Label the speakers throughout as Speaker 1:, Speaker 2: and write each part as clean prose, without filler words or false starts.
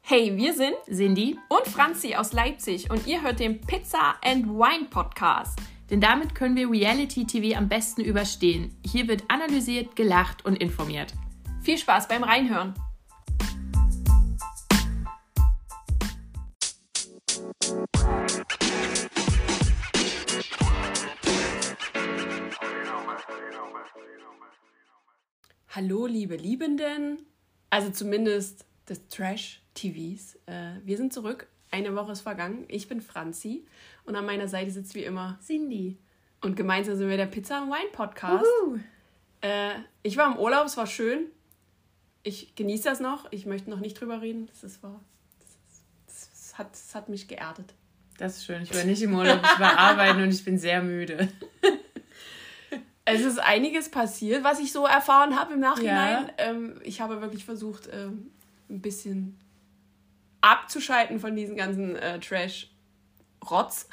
Speaker 1: Hey, wir sind
Speaker 2: Cindy
Speaker 1: und Franzi aus Leipzig und ihr hört den Pizza and Wine Podcast.
Speaker 2: Denn damit können wir Reality-TV am besten überstehen. Hier wird analysiert, gelacht und informiert.
Speaker 1: Viel Spaß beim Reinhören. Hallo, liebe Liebenden, also zumindest des Trash-TVs. Wir sind zurück, eine Woche ist vergangen. Ich bin Franzi und an meiner Seite sitzt wie immer
Speaker 2: Cindy.
Speaker 1: Und gemeinsam sind wir der Pizza and Wine Podcast. Ich war im Urlaub, es war schön. Ich genieße das noch. Ich möchte noch nicht drüber reden. Das hat mich geerdet.
Speaker 2: Das ist schön. Ich war nicht im Urlaub, ich war arbeiten und ich bin sehr müde.
Speaker 1: Es ist einiges passiert, was ich so erfahren habe im Nachhinein. Ja. Ich habe wirklich versucht, ein bisschen abzuschalten von diesen ganzen Trash-Rotz.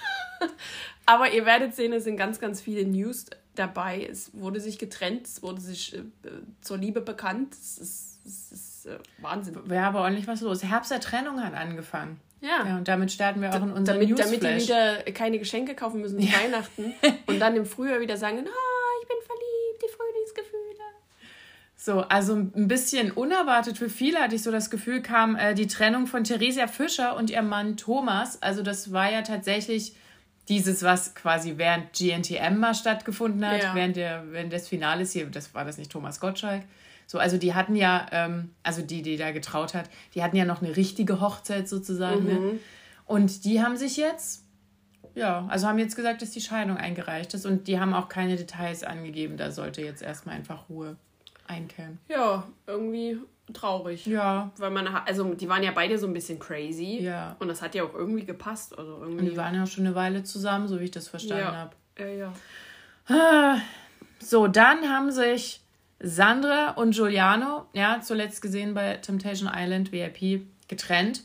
Speaker 1: Aber ihr werdet sehen, es sind ganz, ganz viele News dabei. Es wurde sich getrennt, es wurde sich zur Liebe bekannt. Es ist Wahnsinn.
Speaker 2: Ja, aber ordentlich was los. Herbst der Trennung hat angefangen. Ja, und damit starten wir auch in unserem
Speaker 1: Newsflash. Damit die wieder keine Geschenke kaufen müssen zu Weihnachten und dann im Frühjahr wieder sagen, ich bin verliebt, die Frühlingsgefühle.
Speaker 2: So, also ein bisschen unerwartet für viele, hatte ich so das Gefühl, kam die Trennung von Theresia Fischer und ihrem Mann Thomas. Also das war ja tatsächlich dieses, was quasi während GNTM mal stattgefunden hat, während des Finales hier, das war das nicht Thomas Gottschalk. So, also die hatten ja, die da getraut hat, die hatten ja noch eine richtige Hochzeit sozusagen. Ne? Und die haben sich jetzt, haben jetzt gesagt, dass die Scheidung eingereicht ist und die haben auch keine Details angegeben. Da sollte jetzt erstmal einfach Ruhe einkehren.
Speaker 1: Ja, irgendwie traurig.
Speaker 2: Ja. Weil
Speaker 1: die waren ja beide so ein bisschen crazy.
Speaker 2: Ja.
Speaker 1: Und das hat ja auch irgendwie gepasst. Also irgendwie.
Speaker 2: Und die waren ja schon eine Weile zusammen, so wie ich das verstanden habe.
Speaker 1: Ja.
Speaker 2: So, dann haben sich Sandra und Giuliano, zuletzt gesehen bei Temptation Island VIP, getrennt.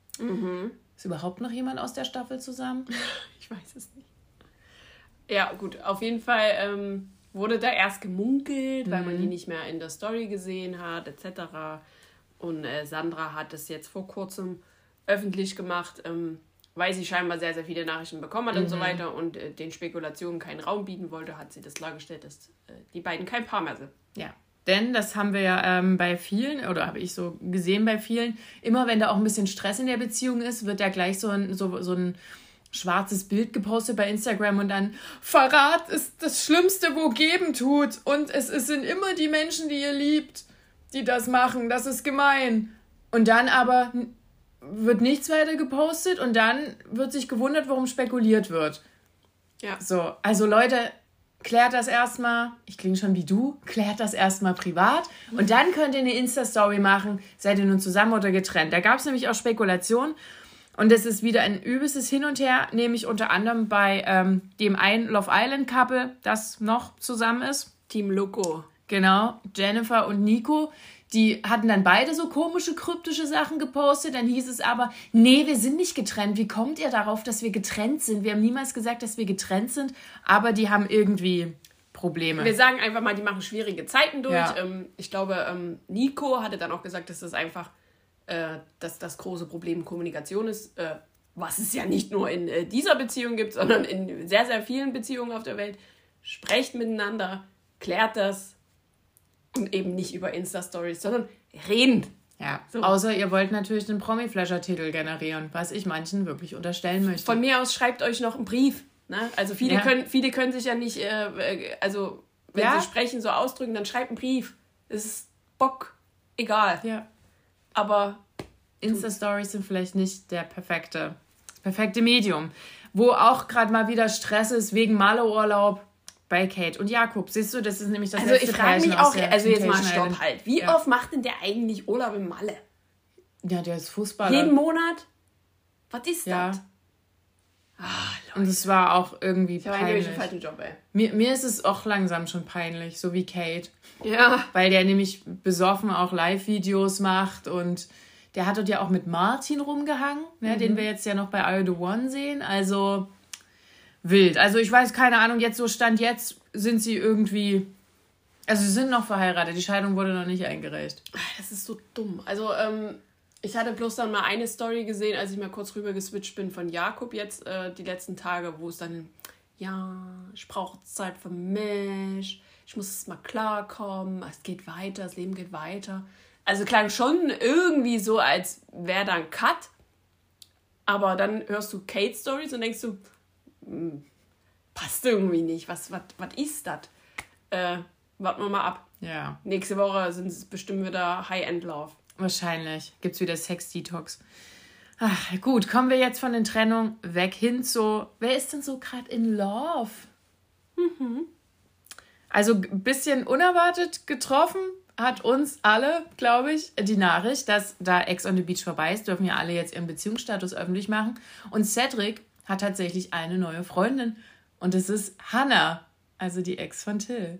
Speaker 2: Ist überhaupt noch jemand aus der Staffel zusammen?
Speaker 1: Ich weiß es nicht. Ja, gut, auf jeden Fall wurde da erst gemunkelt, weil man die nicht mehr in der Story gesehen hat, etc. Und Sandra hat es jetzt vor kurzem öffentlich gemacht, weil sie scheinbar sehr, sehr viele Nachrichten bekommen hat und so weiter und den Spekulationen keinen Raum bieten wollte, hat sie das klargestellt, dass die beiden kein Paar mehr sind.
Speaker 2: Ja, denn das haben wir ja bei vielen, oder habe ich so gesehen bei vielen, immer wenn da auch ein bisschen Stress in der Beziehung ist, wird da gleich so ein schwarzes Bild gepostet bei Instagram und dann Verrat ist das Schlimmste, wo geben tut und es sind immer die Menschen, die ihr liebt, die das machen, das ist gemein. Und dann aber wird nichts weiter gepostet und dann wird sich gewundert, warum spekuliert wird.
Speaker 1: Ja.
Speaker 2: So, also Leute, klärt das erstmal, ich klinge schon wie du, klärt das erstmal privat und dann könnt ihr eine Insta-Story machen, seid ihr nun zusammen oder getrennt. Da gab es nämlich auch Spekulationen und es ist wieder ein übelstes Hin und Her, nämlich unter anderem bei dem einen Love Island-Couple, das noch zusammen ist.
Speaker 1: Team Loco.
Speaker 2: Genau, Jennifer und Nico. Die hatten dann beide so komische, kryptische Sachen gepostet. Dann hieß es aber, nee, wir sind nicht getrennt. Wie kommt ihr darauf, dass wir getrennt sind? Wir haben niemals gesagt, dass wir getrennt sind. Aber die haben irgendwie Probleme.
Speaker 1: Wir sagen einfach mal, die machen schwierige Zeiten durch. Ja. Ich glaube, Nico hatte dann auch gesagt, dass das einfach dass das große Problem Kommunikation ist. Was es ja nicht nur in dieser Beziehung gibt, sondern in sehr, sehr vielen Beziehungen auf der Welt. Sprecht miteinander, klärt das. Und eben nicht über Insta-Stories, sondern reden.
Speaker 2: Ja, so. Außer ihr wollt natürlich den Promi-Flasher-Titel generieren, was ich manchen wirklich unterstellen möchte.
Speaker 1: Von mir aus schreibt euch noch einen Brief. Ne? Also viele können sich ja nicht, wenn sie sprechen, so ausdrücken, dann schreibt einen Brief. Es ist egal.
Speaker 2: Ja.
Speaker 1: Aber
Speaker 2: Insta-Stories sind vielleicht nicht das perfekte Medium. Wo auch gerade mal wieder Stress ist wegen Malle-Urlaub. Bei Kate und Jakob. Siehst du, das ist nämlich das letzte Pärchen aus der
Speaker 1: Also jetzt mal stopp halt. Wie oft macht denn der eigentlich Urlaub in Malle?
Speaker 2: Ja, der ist Fußballer.
Speaker 1: Jeden Monat? Was ist das?
Speaker 2: Und es war auch irgendwie
Speaker 1: peinlich. Ich habe einen falschen Job, ey.
Speaker 2: Mir ist es auch langsam schon peinlich, so wie Kate.
Speaker 1: Ja.
Speaker 2: Weil der nämlich besoffen auch Live-Videos macht und der hat dort ja auch mit Martin rumgehangen, ne, den wir jetzt ja noch bei I The One sehen. Also wild. Also ich weiß, keine Ahnung, jetzt sind sie irgendwie, also sie sind noch verheiratet, die Scheidung wurde noch nicht eingereicht.
Speaker 1: Das ist so dumm. Also Ich hatte bloß dann mal eine Story gesehen, als ich mal kurz rüber geswitcht bin von Jakob jetzt die letzten Tage, wo es dann, ja, ich brauche Zeit für mich, ich muss es mal klarkommen, es geht weiter, das Leben geht weiter. Also klang schon irgendwie so, als wäre da ein Cut, aber dann hörst du Kate's Stories und denkst du, passt irgendwie nicht, was ist das? Warten wir mal ab.
Speaker 2: Ja.
Speaker 1: Nächste Woche sind es bestimmt wieder High-End-Love.
Speaker 2: Wahrscheinlich. Gibt's wieder Sex-Detox. Ach, gut, kommen wir jetzt von den Trennungen weg hin zu, wer ist denn so gerade in Love? Also ein bisschen unerwartet getroffen hat uns alle, glaube ich, die Nachricht, dass da Ex on the Beach vorbei ist, dürfen ja alle jetzt ihren Beziehungsstatus öffentlich machen. Und Cedric hat tatsächlich eine neue Freundin. Und das ist Hannah, also die Ex von Till.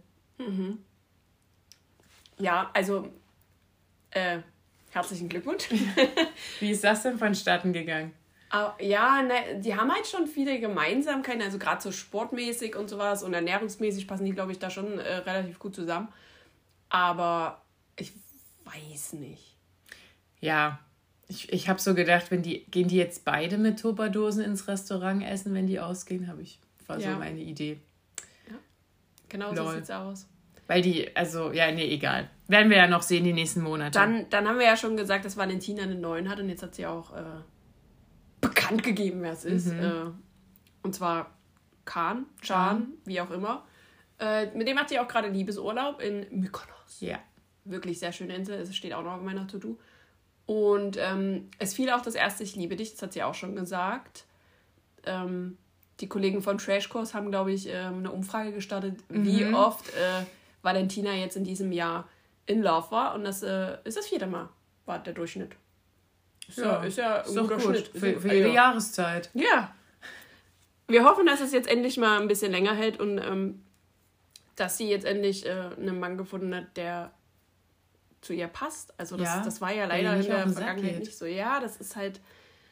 Speaker 1: Ja, also herzlichen Glückwunsch.
Speaker 2: Wie ist das denn vonstatten gegangen?
Speaker 1: Ja, ne, die haben halt schon viele Gemeinsamkeiten, also gerade so sportmäßig und sowas und ernährungsmäßig passen die, glaube ich, da schon relativ gut zusammen. Aber ich weiß nicht.
Speaker 2: Ja, ich habe so gedacht, gehen die jetzt beide mit Tupperdosen ins Restaurant essen, wenn die ausgehen, war so meine Idee.
Speaker 1: Ja, genau so sieht's aus.
Speaker 2: Weil egal. Werden wir ja noch sehen die nächsten Monate.
Speaker 1: Dann haben wir ja schon gesagt, dass Valentina einen neuen hat und jetzt hat sie auch bekannt gegeben, wer es ist. Und zwar Can, wie auch immer. Mit dem hat sie auch gerade Liebesurlaub in Mykonos.
Speaker 2: Ja.
Speaker 1: Wirklich sehr schöne Insel, es steht auch noch auf meiner To-Do. Und es fiel auch das erste Ich liebe dich, das hat sie auch schon gesagt. Die Kollegen von Trashcourse haben, glaube ich, eine Umfrage gestartet, wie oft Valentina jetzt in diesem Jahr in Love war. Und das ist das 4. Mal, war der Durchschnitt. Ist ja ein guter Schnitt.
Speaker 2: Für jede Jahreszeit.
Speaker 1: Ja. Wir hoffen, dass es jetzt endlich mal ein bisschen länger hält und dass sie jetzt endlich einen Mann gefunden hat, der zu ihr passt. Also das war ja leider in der Vergangenheit nicht so. Ja, das ist halt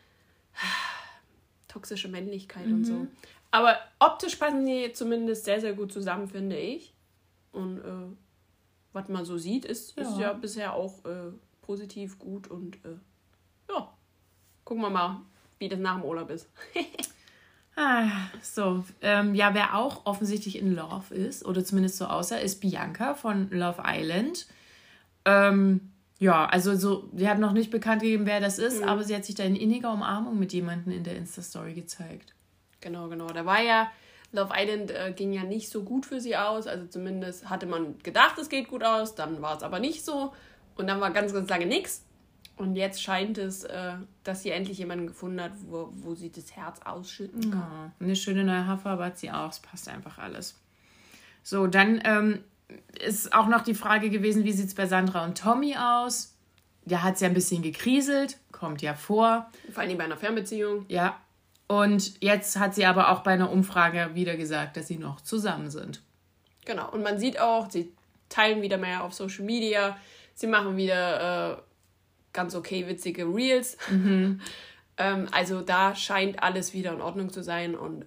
Speaker 1: toxische Männlichkeit und so. Aber optisch passen die zumindest sehr, sehr gut zusammen, finde ich. Und was man so sieht, ist ja bisher auch positiv gut und gucken wir mal, wie das nach dem Urlaub ist.
Speaker 2: Wer auch offensichtlich in Love ist, oder zumindest so aussah, ist Bianca von Love Island. Sie hat noch nicht bekannt gegeben, wer das ist, aber sie hat sich da in inniger Umarmung mit jemandem in der Insta-Story gezeigt.
Speaker 1: Genau. Da war ja, Love Island ging ja nicht so gut für sie aus, also zumindest hatte man gedacht, es geht gut aus, dann war es aber nicht so und dann war ganz, ganz lange nichts. Und jetzt scheint es, dass sie endlich jemanden gefunden hat, wo sie das Herz ausschütten kann.
Speaker 2: Ja, eine schöne neue Haarfarbe hat sie auch. Es passt einfach alles. So, dann ist auch noch die Frage gewesen, wie sieht es bei Sandra und Tommy aus? Da hat es ja ein bisschen gekriselt, kommt ja vor.
Speaker 1: Vor allem bei einer Fernbeziehung.
Speaker 2: Ja, und jetzt hat sie aber auch bei einer Umfrage wieder gesagt, dass sie noch zusammen sind.
Speaker 1: Genau, und man sieht auch, sie teilen wieder mehr auf Social Media. Sie machen wieder ganz okay witzige Reels. Also da scheint alles wieder in Ordnung zu sein und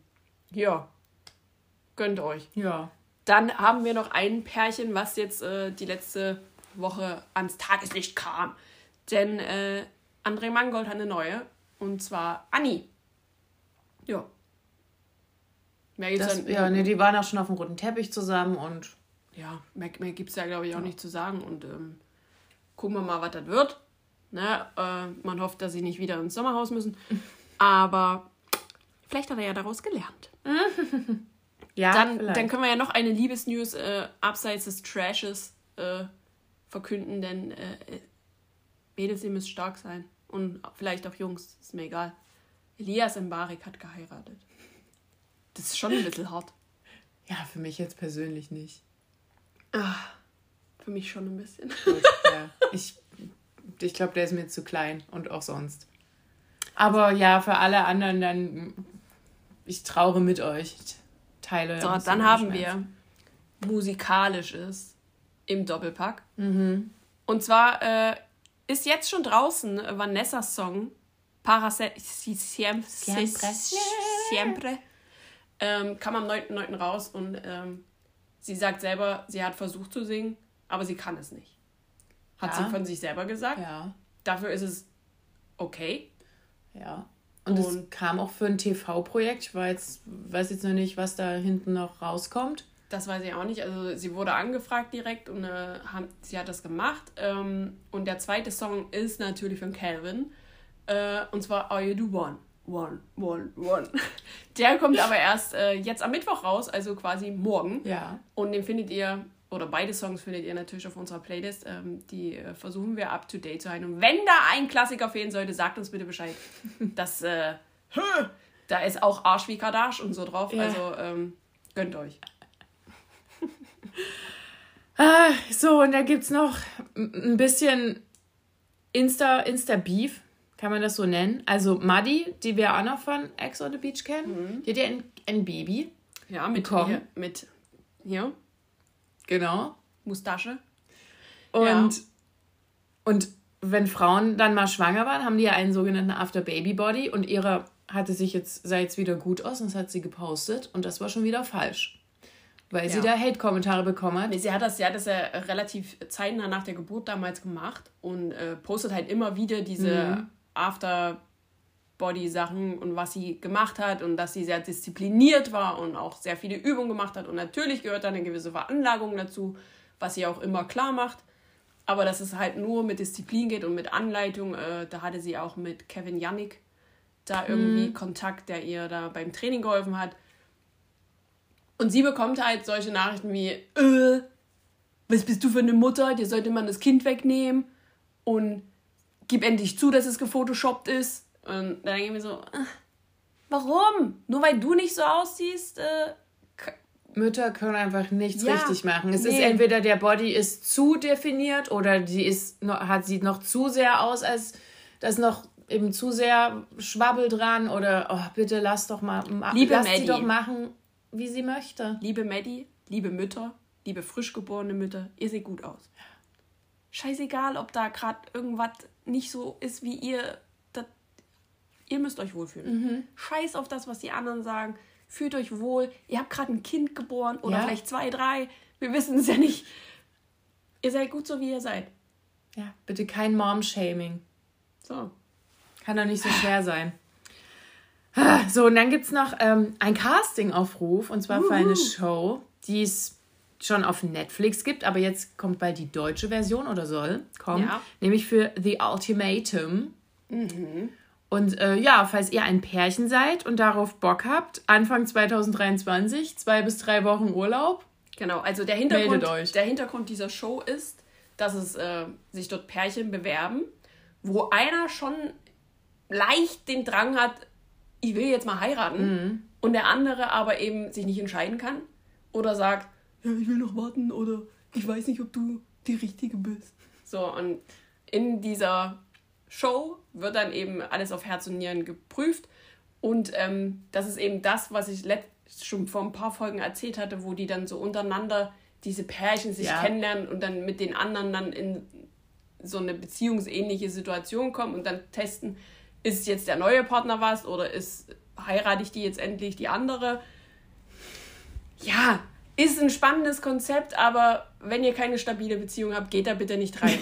Speaker 1: gönnt euch.
Speaker 2: Ja.
Speaker 1: Dann haben wir noch ein Pärchen, was jetzt die letzte Woche ans Tageslicht kam. Denn André Mangold hat eine neue und zwar Anni. Ja. Mehr gibt's
Speaker 2: die waren auch schon auf dem roten Teppich zusammen und
Speaker 1: ja, mehr gibt es ja, glaube ich, auch nicht zu sagen und gucken wir mal, was das wird. Ne? Man hofft, dass sie nicht wieder ins Sommerhaus müssen. Aber vielleicht hat er ja daraus gelernt.
Speaker 2: Ja,
Speaker 1: dann können wir ja noch eine Liebesnews abseits des Trashes verkünden, denn Mädels, ihr müsst stark sein. Und vielleicht auch Jungs, ist mir egal. Elias Mbarek hat geheiratet. Das ist schon ein bisschen hart.
Speaker 2: Ja, für mich jetzt persönlich nicht.
Speaker 1: Für mich schon ein bisschen.
Speaker 2: Gut, ja. Ich glaube, der ist mir zu klein und auch sonst. Aber ja, für alle anderen dann, ich trauere mit euch. Ich teile.
Speaker 1: So, dann haben wir Musikalisches im Doppelpack. Und zwar ist jetzt schon draußen Vanessas Song Para Siempre. Kam am 9.9. raus und sie sagt selber, sie hat versucht zu singen, aber sie kann es nicht. Hat sie von sich selber gesagt.
Speaker 2: Ja.
Speaker 1: dafür ist es okay.
Speaker 2: Ja. Und es kam auch für ein TV-Projekt. Ich weiß jetzt noch nicht, was da hinten noch rauskommt.
Speaker 1: Das weiß ich auch nicht. Also sie wurde angefragt direkt und sie hat das gemacht. Und der zweite Song ist natürlich von Calvin. Und zwar All You Do One. One. Der kommt aber erst jetzt am Mittwoch raus, also quasi morgen.
Speaker 2: Ja.
Speaker 1: Und den findet ihr, oder beide Songs findet ihr natürlich auf unserer Playlist. Die versuchen wir up to date zu halten. Und wenn da ein Klassiker fehlen sollte, sagt uns bitte Bescheid. Das, da ist auch Arsch wie Kardashian und so drauf. Ja. Also gönnt euch.
Speaker 2: So, und da gibt's noch ein bisschen Insta-Beef. Kann man das so nennen? Also Maddie, die wir auch noch von Ex on the Beach kennen, die hat ja ein Baby.
Speaker 1: Ja, mit hier.
Speaker 2: Genau.
Speaker 1: Mustache.
Speaker 2: Und wenn Frauen dann mal schwanger waren, haben die ja einen sogenannten After-Baby-Body und ihre sah jetzt wieder gut aus und das hat sie gepostet und das war schon wieder falsch. Weil sie da Hate-Kommentare bekommen hat.
Speaker 1: Nee, sie hat das ja relativ zeitnah nach der Geburt damals gemacht und postet halt immer wieder diese After-Body-Sachen und was sie gemacht hat und dass sie sehr diszipliniert war und auch sehr viele Übungen gemacht hat. Und natürlich gehört da eine gewisse Veranlagung dazu, was sie auch immer klar macht. Aber dass es halt nur mit Disziplin geht und mit Anleitung, da hatte sie auch mit Kevin Jannik da irgendwie Kontakt, der ihr da beim Training geholfen hat. Und sie bekommt halt solche Nachrichten wie, was bist du für eine Mutter? Dir sollte man das Kind wegnehmen und gib endlich zu, dass es gefotoshoppt ist. Und dann denke ich mir so, warum? Nur weil du nicht so aussiehst?
Speaker 2: Mütter können einfach nichts richtig machen. Es ist entweder der Body ist zu definiert oder hat sieht noch zu sehr aus, als das noch eben zu sehr Schwabbel dran oder bitte lass sie doch machen, wie sie möchte.
Speaker 1: Liebe Maddie, liebe Mütter, liebe frisch geborene Mütter, ihr seht gut aus. Scheißegal, ob da gerade irgendwas nicht so ist, wie ihr. Ihr müsst euch wohlfühlen. Scheiß auf das, was die anderen sagen. Fühlt euch wohl. Ihr habt gerade ein Kind geboren oder vielleicht 2, 3. Wir wissen es ja nicht. Ihr seid gut so, wie ihr seid.
Speaker 2: Ja, bitte kein Mom-Shaming.
Speaker 1: So.
Speaker 2: Kann doch nicht so schwer sein. So, und dann gibt es noch ein Casting-Aufruf, und zwar für eine Show, die es schon auf Netflix gibt, aber jetzt kommt bald die deutsche Version oder soll kommen, nämlich für The Ultimatum. Und falls ihr ein Pärchen seid und darauf Bock habt, Anfang 2023, 2 bis 3 Wochen Urlaub.
Speaker 1: Genau, also der Hintergrund dieser Show ist, dass es sich dort Pärchen bewerben, wo einer schon leicht den Drang hat, ich will jetzt mal heiraten, und der andere aber eben sich nicht entscheiden kann oder sagt, ja, ich will noch warten oder ich weiß nicht, ob du die Richtige bist. So, und in dieser Show wird dann eben alles auf Herz und Nieren geprüft und das ist eben das, was ich schon vor ein paar Folgen erzählt hatte, wo die dann so untereinander diese Pärchen sich kennenlernen und dann mit den anderen dann in so eine beziehungsähnliche Situation kommen und dann testen, ist jetzt der neue Partner was oder heirate ich die jetzt endlich die andere? Ja, ist ein spannendes Konzept, aber wenn ihr keine stabile Beziehung habt, geht da bitte nicht rein.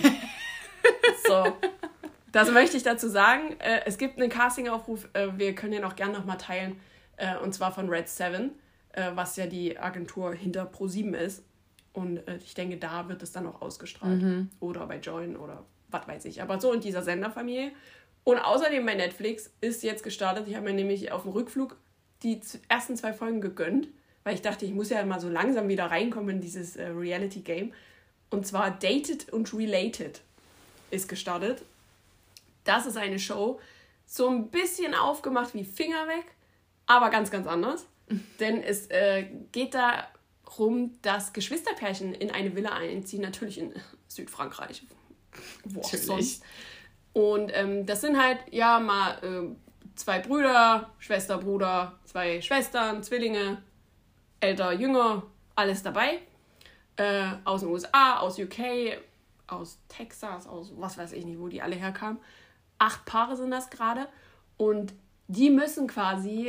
Speaker 1: So, das möchte ich dazu sagen. Es gibt einen Casting-Aufruf, wir können den auch gerne nochmal teilen, und zwar von Red 7, was ja die Agentur hinter Pro7 ist. Und ich denke, da wird es dann auch ausgestrahlt. Oder bei Join oder was weiß ich. Aber so in dieser Senderfamilie. Und außerdem bei Netflix ist jetzt gestartet, ich habe mir nämlich auf dem Rückflug die ersten 2 Folgen gegönnt, weil ich dachte, ich muss ja mal so langsam wieder reinkommen in dieses Reality-Game. Und zwar Dated und Related ist gestartet. Das ist eine Show, so ein bisschen aufgemacht wie Finger weg, aber ganz, ganz anders. Denn es geht darum, dass Geschwisterpärchen in eine Villa einziehen, natürlich in Südfrankreich. Wo auch sonst. Und das sind halt, mal 2 Brüder, Schwester, Bruder, 2 Schwestern, Zwillinge, älter, jünger, alles dabei. Aus den USA, aus UK, aus Texas, aus was weiß ich nicht, wo die alle herkamen. 8 Paare sind das gerade. Und die müssen quasi,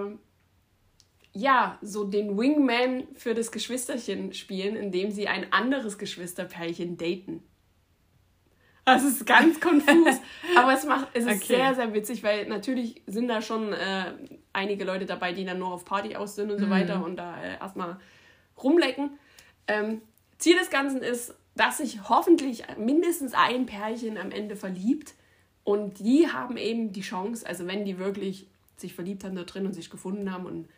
Speaker 1: so den Wingman für das Geschwisterchen spielen, indem sie ein anderes Geschwisterpärchen daten. Das ist ganz konfus. Aber es ist sehr, sehr witzig, weil natürlich sind da schon einige Leute dabei, die dann nur auf Party aus sind und so weiter und da erstmal rumlecken. Ziel des Ganzen ist, dass sich hoffentlich mindestens ein Pärchen am Ende verliebt. Und die haben eben die Chance, also wenn die wirklich sich verliebt haben da drin und sich gefunden haben und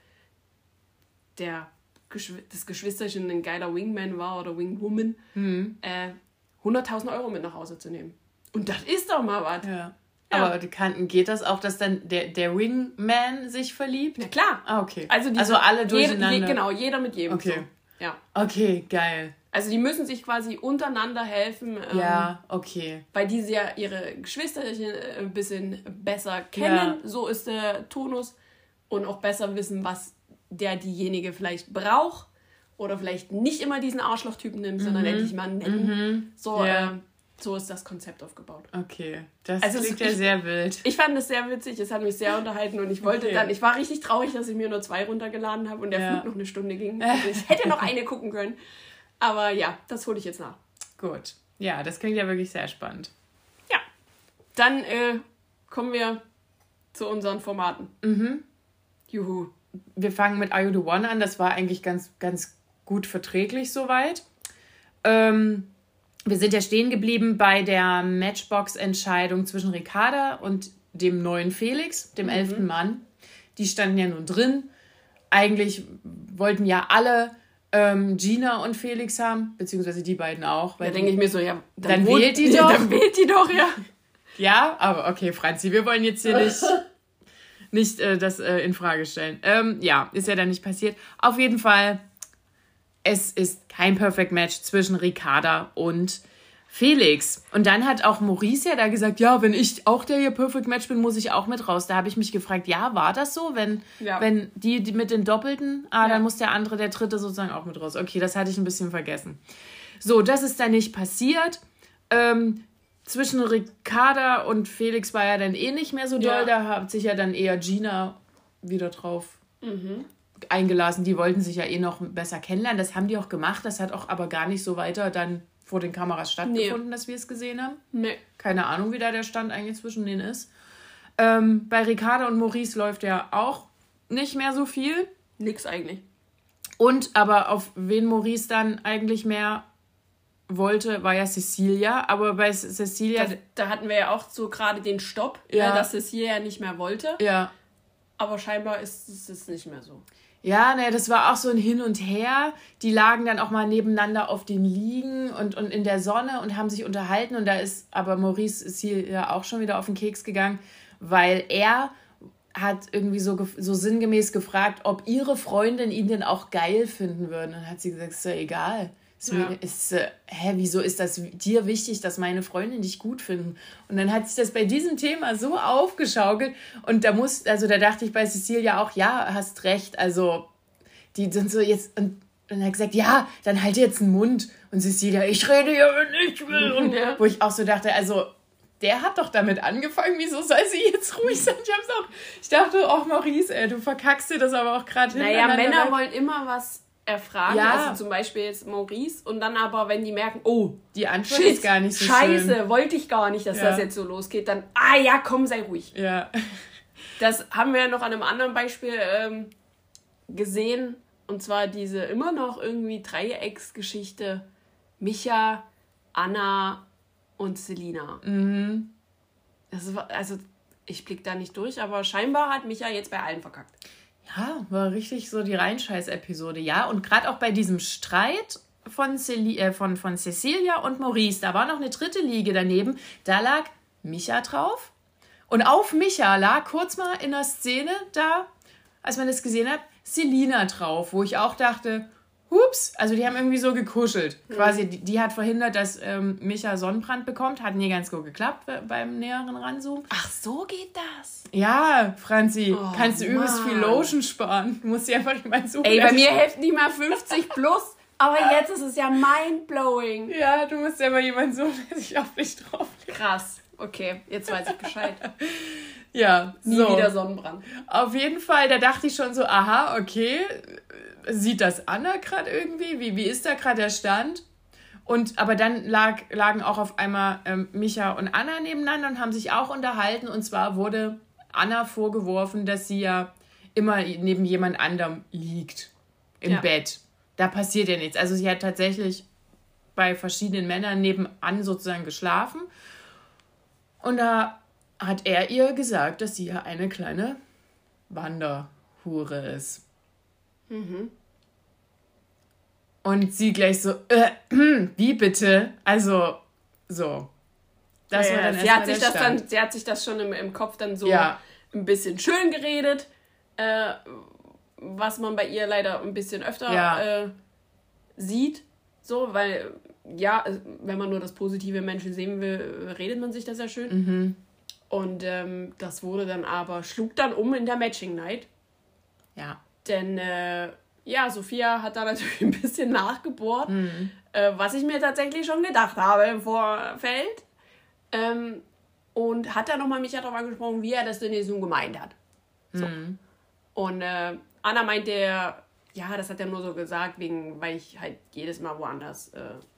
Speaker 1: das Geschwisterchen ein geiler Wingman war oder Wingwoman, 100.000 Euro mit nach Hause zu nehmen. Und das ist doch mal was.
Speaker 2: Ja. Aber geht das auch, dass dann der Wingman sich verliebt?
Speaker 1: Ja, klar.
Speaker 2: Ah, okay.
Speaker 1: Also
Speaker 2: alle durcheinander.
Speaker 1: Genau, jeder mit jedem.
Speaker 2: Okay.
Speaker 1: So. Ja.
Speaker 2: Okay, geil.
Speaker 1: Also die müssen sich quasi untereinander helfen.
Speaker 2: Ja, okay.
Speaker 1: Weil die ja ihre Geschwisterchen ein bisschen besser kennen. Ja. So ist der Tonus. Und auch besser wissen, was diejenige vielleicht braucht. Oder vielleicht nicht immer diesen Arschlochtypen nimmt, sondern endlich mal einen netten. So ist das Konzept aufgebaut.
Speaker 2: Okay, das klingt ja sehr wild.
Speaker 1: Ich fand es sehr witzig, es hat mich sehr unterhalten und ich wollte ich war richtig traurig, dass ich mir nur 2 runtergeladen habe und der Flug noch eine Stunde ging. Also ich hätte noch eine gucken können. Aber ja, das hole ich jetzt nach.
Speaker 2: Gut. Ja, das klingt ja wirklich sehr spannend.
Speaker 1: Ja. Dann kommen wir zu unseren Formaten. Juhu.
Speaker 2: Wir fangen mit Are You The One an. Das war eigentlich ganz, ganz gut verträglich soweit. Wir sind ja stehen geblieben bei der Matchbox-Entscheidung zwischen Ricarda und dem neuen Felix, dem 11. Mann. Die standen ja nun drin. Eigentlich wollten ja alle Gina und Felix haben, beziehungsweise die beiden auch.
Speaker 1: Weil da denke ich mir so, ja,
Speaker 2: dann wählt die doch.
Speaker 1: Dann wählt die doch, ja.
Speaker 2: Ja, aber okay, Franzi, wir wollen jetzt hier nicht das in Frage stellen. Ja, ist ja dann nicht passiert. Auf jeden Fall, es ist kein Perfect Match zwischen Ricarda und Felix. Und dann hat auch Maurice ja da gesagt, ja, wenn ich auch der hier Perfect Match bin, muss ich auch mit raus. Da habe ich mich gefragt, ja, war das so? Wenn die mit den Doppelten, dann muss der dritte sozusagen auch mit raus. Okay, das hatte ich ein bisschen vergessen. So, das ist dann nicht passiert. Zwischen Ricarda und Felix war ja dann nicht mehr so doll. Da hat sich ja dann eher Gina wieder drauf eingelassen. Die wollten sich ja noch besser kennenlernen. Das haben die auch gemacht. Das hat auch aber gar nicht so weiter dann vor den Kameras stattgefunden, dass wir es gesehen haben.
Speaker 1: Nee.
Speaker 2: Keine Ahnung, wie da der Stand eigentlich zwischen denen ist. Bei Ricarda und Maurice läuft ja auch nicht mehr so viel.
Speaker 1: Nix eigentlich.
Speaker 2: Und aber auf wen Maurice dann eigentlich mehr wollte, war ja Cecilia. Aber bei Cecilia...
Speaker 1: Da hatten wir ja auch so gerade den Stopp, dass Cecilia nicht mehr wollte.
Speaker 2: Ja.
Speaker 1: Aber scheinbar ist es nicht mehr so.
Speaker 2: Ja, das war auch so ein Hin und Her. Die lagen dann auch mal nebeneinander auf den Liegen und in der Sonne und haben sich unterhalten. Und da ist aber Maurice ist hier ja auch schon wieder auf den Keks gegangen, weil er hat irgendwie so sinngemäß gefragt, ob ihre Freundin ihn denn auch geil finden würde. Und dann hat sie gesagt, ist ja egal. Wieso ist das dir wichtig, dass meine Freundin dich gut finden? Und dann hat sich das bei diesem Thema so aufgeschaukelt und da dachte ich bei Cecilia auch, ja, hast recht, also die sind so jetzt und dann hat er gesagt, ja, dann halt jetzt den Mund und Cecilia, ich rede ja, wenn ich will und wo ich auch so dachte, also der hat doch damit angefangen, wieso soll sie jetzt ruhig sein? Ich dachte, oh Maurice, du verkackst dir das aber auch gerade
Speaker 1: hintereinander. Naja, Männer wollen immer was erfragen, also zum Beispiel jetzt Maurice und dann aber, wenn die merken, oh,
Speaker 2: die Antwort ist gar nicht so
Speaker 1: Scheiße,
Speaker 2: schön.
Speaker 1: Wollte ich gar nicht, dass das jetzt so losgeht, dann, komm, sei ruhig.
Speaker 2: Ja.
Speaker 1: Das haben wir ja noch an einem anderen Beispiel gesehen, und zwar diese immer noch irgendwie Dreiecksgeschichte Micha, Anna und Selina. Das war, also ich blick da nicht durch, aber scheinbar hat Micha jetzt bei allen verkackt.
Speaker 2: Ja, war richtig so die Reinscheiß-Episode, ja. Und gerade auch bei diesem Streit von Cecilia und Maurice, da war noch eine dritte Liege daneben, da lag Micha drauf. Und auf Micha lag kurz mal in der Szene da, als man das gesehen hat, Selina drauf, wo ich auch dachte, hups, also die haben irgendwie so gekuschelt. Quasi, die hat verhindert, dass Micha Sonnenbrand bekommt. Hat nie ganz gut geklappt beim näheren Ranzoomen.
Speaker 1: Ach, so geht das?
Speaker 2: Ja, Franzi, kannst du übelst viel Lotion sparen. Du musst dir einfach nicht mal suchen.
Speaker 1: Ey, bei mir hilft nicht mal 50 plus, aber jetzt ist es ja mindblowing.
Speaker 2: Ja, du musst ja mal jemanden suchen, der sich auf dich drauflegt.
Speaker 1: Krass, okay, jetzt weiß ich Bescheid.
Speaker 2: Ja,
Speaker 1: Nie wieder Sonnenbrand.
Speaker 2: Auf jeden Fall, da dachte ich schon so, aha, okay, sieht das Anna gerade irgendwie? Wie ist da gerade der Stand? Aber dann lagen auch auf einmal Micha und Anna nebeneinander und haben sich auch unterhalten. Und zwar wurde Anna vorgeworfen, dass sie ja immer neben jemand anderem liegt im Bett. Da passiert ja nichts. Also sie hat tatsächlich bei verschiedenen Männern nebenan sozusagen geschlafen. Und da hat er ihr gesagt, dass sie ja eine kleine Wanderhure ist. Und sie gleich so, wie bitte? Also, so. Das war dann
Speaker 1: sie hat sich das schon im Kopf dann so ein bisschen schön geredet, was man bei ihr leider ein bisschen öfter sieht. So, weil, wenn man nur das Positive im Menschen sehen will, redet man sich das ja schön. Und das wurde dann aber, schlug dann um in der Matching Night.
Speaker 2: Ja.
Speaker 1: Denn, Sophia hat da natürlich ein bisschen nachgebohrt, was ich mir tatsächlich schon gedacht habe im Vorfeld. Und hat dann nochmal Micha darauf angesprochen, wie er das denn jetzt nun gemeint hat. So. Und Anna meinte, das hat er nur so gesagt, weil ich halt jedes Mal woanders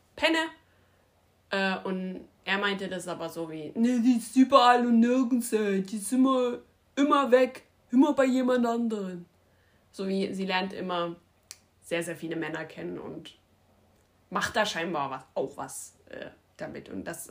Speaker 1: penne. Und er meinte das aber so wie, ne, die ist überall und nirgends, die ist immer weg, immer bei jemand anderen. So wie sie lernt immer sehr, sehr viele Männer kennen und macht da scheinbar was damit. Und das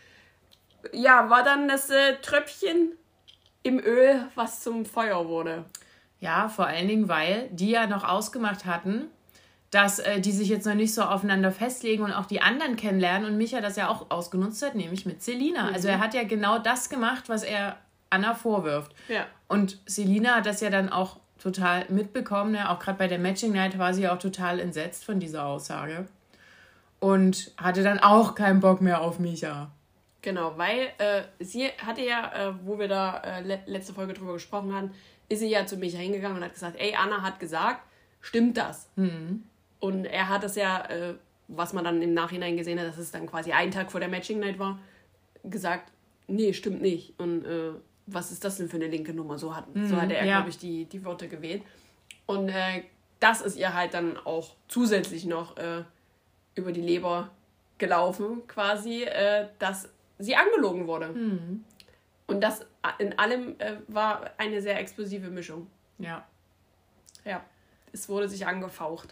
Speaker 1: war dann das Tröpfchen im Öl, was zum Feuer wurde.
Speaker 2: Ja, vor allen Dingen, weil die ja noch ausgemacht hatten, dass die sich jetzt noch nicht so aufeinander festlegen und auch die anderen kennenlernen. Und Micha das ja auch ausgenutzt hat, nämlich mit Selina. Also er hat ja genau das gemacht, was er Anna vorwirft.
Speaker 1: Ja.
Speaker 2: Und Selina hat das ja dann auch total mitbekommen. Ja? Auch gerade bei der Matching Night war sie ja auch total entsetzt von dieser Aussage. Und hatte dann auch keinen Bock mehr auf Micha.
Speaker 1: Genau, weil sie hatte ja, wo wir da letzte Folge drüber gesprochen haben, ist sie ja zu Micha hingegangen und hat gesagt, ey, Anna hat gesagt, stimmt das? Und er hat das ja, was man dann im Nachhinein gesehen hat, dass es dann quasi einen Tag vor der Matching Night war, gesagt, nee, stimmt nicht. Und was ist das denn für eine linke Nummer? So hat er, glaube ich, die Worte gewählt. Und das ist ihr halt dann auch zusätzlich noch über die Leber gelaufen, quasi, dass sie angelogen wurde. Und das in allem war eine sehr explosive Mischung.
Speaker 2: Ja.
Speaker 1: Ja, es wurde sich angefaucht.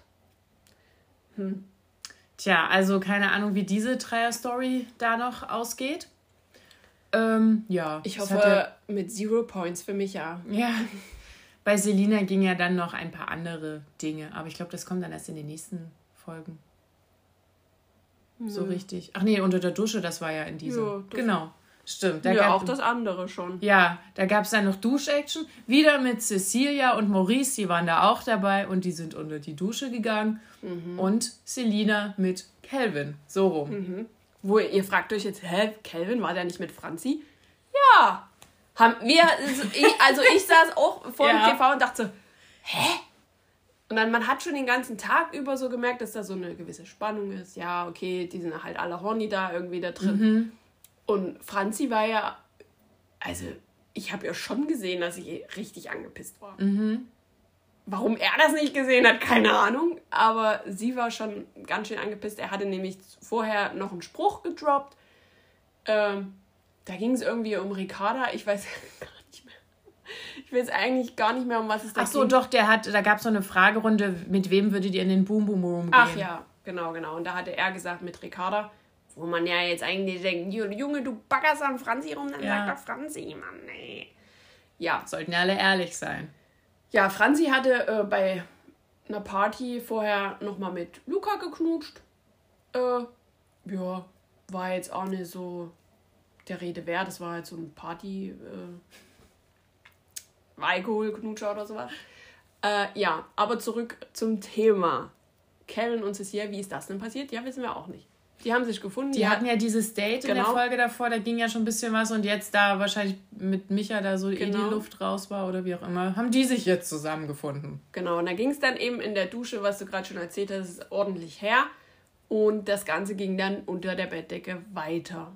Speaker 2: Tja, also keine Ahnung, wie diese Dreier-Story da noch ausgeht.
Speaker 1: Ich hoffe, mit 0 Points für mich, ja.
Speaker 2: Ja. Bei Selina ging ja dann noch ein paar andere Dinge, aber ich glaube, das kommt dann erst in den nächsten Folgen. So richtig. Ach nee, unter der Dusche, das war ja in dieser. Ja, genau, stimmt.
Speaker 1: Auch das andere schon.
Speaker 2: Ja, da gab es dann noch Dusch-Action. Wieder mit Cecilia und Maurice, die waren da auch dabei und die sind unter die Dusche gegangen. Und Selina mit Calvin, so rum.
Speaker 1: Wo ihr fragt euch jetzt, Calvin, war der nicht mit Franzi? Ja. Haben wir, ich saß auch vor dem TV und dachte so, hä? Und dann, man hat schon den ganzen Tag über so gemerkt, dass da so eine gewisse Spannung ist. Ja, okay, die sind halt alle horny da irgendwie da drin. Und Franzi war ja, also ich habe ja schon gesehen, dass sie richtig angepisst war. Warum er das nicht gesehen hat, keine Ahnung. Aber sie war schon ganz schön angepisst. Er hatte nämlich vorher noch einen Spruch gedroppt. Da ging es irgendwie um Ricarda. Ich weiß gar nicht mehr. Ich weiß eigentlich gar nicht mehr, um was es da ging.
Speaker 2: Ach so, doch, da gab es so eine Fragerunde, mit wem würdet ihr in den Boom Boom Room gehen?
Speaker 1: Ach ja, genau. Und da hatte er gesagt, mit Ricarda, wo man ja jetzt eigentlich denkt, Junge, du baggerst an Franzi rum, dann sag doch Franzi, Mann, nee. Ja.
Speaker 2: Sollten ja alle ehrlich sein.
Speaker 1: Ja, Franzi hatte bei einer Party vorher nochmal mit Luca geknutscht. War jetzt auch nicht so der Rede wert. Das war halt so ein Party, Alkoholknutscher oder sowas. Aber zurück zum Thema. Karen und Cecilia, wie ist das denn passiert? Ja, wissen wir auch nicht. Die haben sich gefunden.
Speaker 2: Die hatten ja dieses Date in der Folge davor, da ging ja schon ein bisschen was und jetzt da wahrscheinlich mit Micha da so die Luft raus war oder wie auch immer, haben die sich jetzt zusammengefunden.
Speaker 1: Genau, und da ging es dann eben in der Dusche, was du gerade schon erzählt hast, ordentlich her und das Ganze ging dann unter der Bettdecke weiter.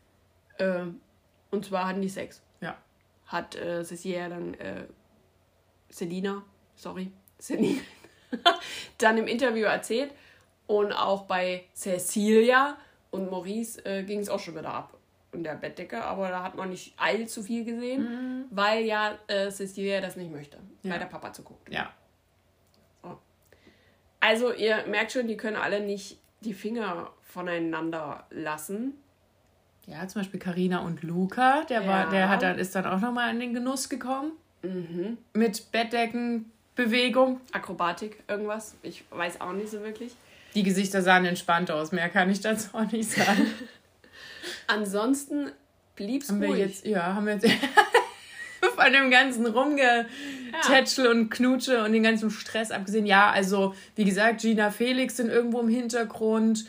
Speaker 1: Und zwar hatten die Sex.
Speaker 2: Ja.
Speaker 1: Hat Cecilia dann Selina dann im Interview erzählt. Und auch bei Cecilia und Maurice ging es auch schon wieder ab in der Bettdecke. Aber da hat man nicht allzu viel gesehen, weil ja Cecilia das nicht möchte, weil der Papa zuguckt.
Speaker 2: Ja.
Speaker 1: So. Also ihr merkt schon, die können alle nicht die Finger voneinander lassen.
Speaker 2: Ja, zum Beispiel Carina und Luca, ist dann auch nochmal in den Genuss gekommen. Mhm. Mit Bettdeckenbewegung.
Speaker 1: Akrobatik, irgendwas. Ich weiß auch nicht so wirklich.
Speaker 2: Die Gesichter sahen entspannt aus, mehr kann ich dazu auch nicht sagen.
Speaker 1: Ansonsten blieb's ruhig.
Speaker 2: Haben wir jetzt von dem ganzen Rumgetätschel und Knutsche und den ganzen Stress abgesehen. Ja, also wie gesagt, Gina, Felix sind irgendwo im Hintergrund.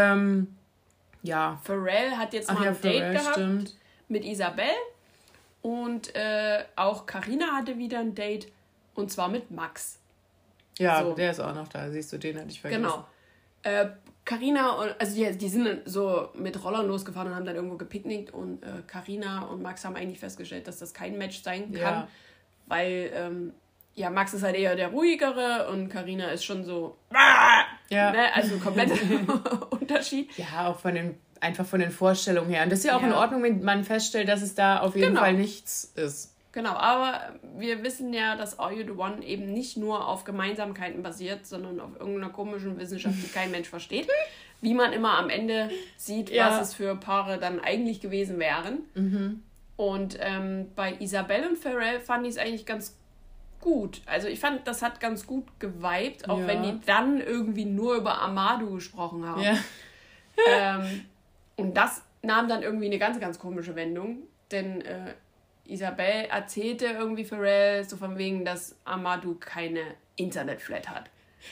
Speaker 2: Ja.
Speaker 1: Pharrell hat jetzt mal ein Date gehabt mit Isabel. Und auch Carina hatte wieder ein Date. Und zwar mit Max.
Speaker 2: Ja, so. Der ist auch noch da. Siehst du, den hatte ich vergessen.
Speaker 1: Genau. Carina, also die sind so mit Rollern losgefahren und haben dann irgendwo gepicknickt. Und Carina und Max haben eigentlich festgestellt, dass das kein Match sein kann. Ja. Weil, Max ist halt eher der ruhigere und Carina ist schon so... Ja. Ne? Also komplett Unterschied.
Speaker 2: Ja, auch einfach von den Vorstellungen her. Und das ist ja auch in Ordnung, wenn man feststellt, dass es da auf jeden Fall nichts ist.
Speaker 1: Genau, aber wir wissen ja, dass Are You The One eben nicht nur auf Gemeinsamkeiten basiert, sondern auf irgendeiner komischen Wissenschaft, die kein Mensch versteht. Wie man immer am Ende sieht, was es für Paare dann eigentlich gewesen wären. Mhm. Und bei Isabel und Pharrell fand ich es eigentlich ganz gut. Also ich fand, das hat ganz gut geweibt, auch wenn die dann irgendwie nur über Amadou gesprochen haben. Ja. Und das nahm dann irgendwie eine ganz, ganz komische Wendung, denn Isabel erzählte irgendwie Pharrell so von wegen, dass Amadou keine Internetflat hat.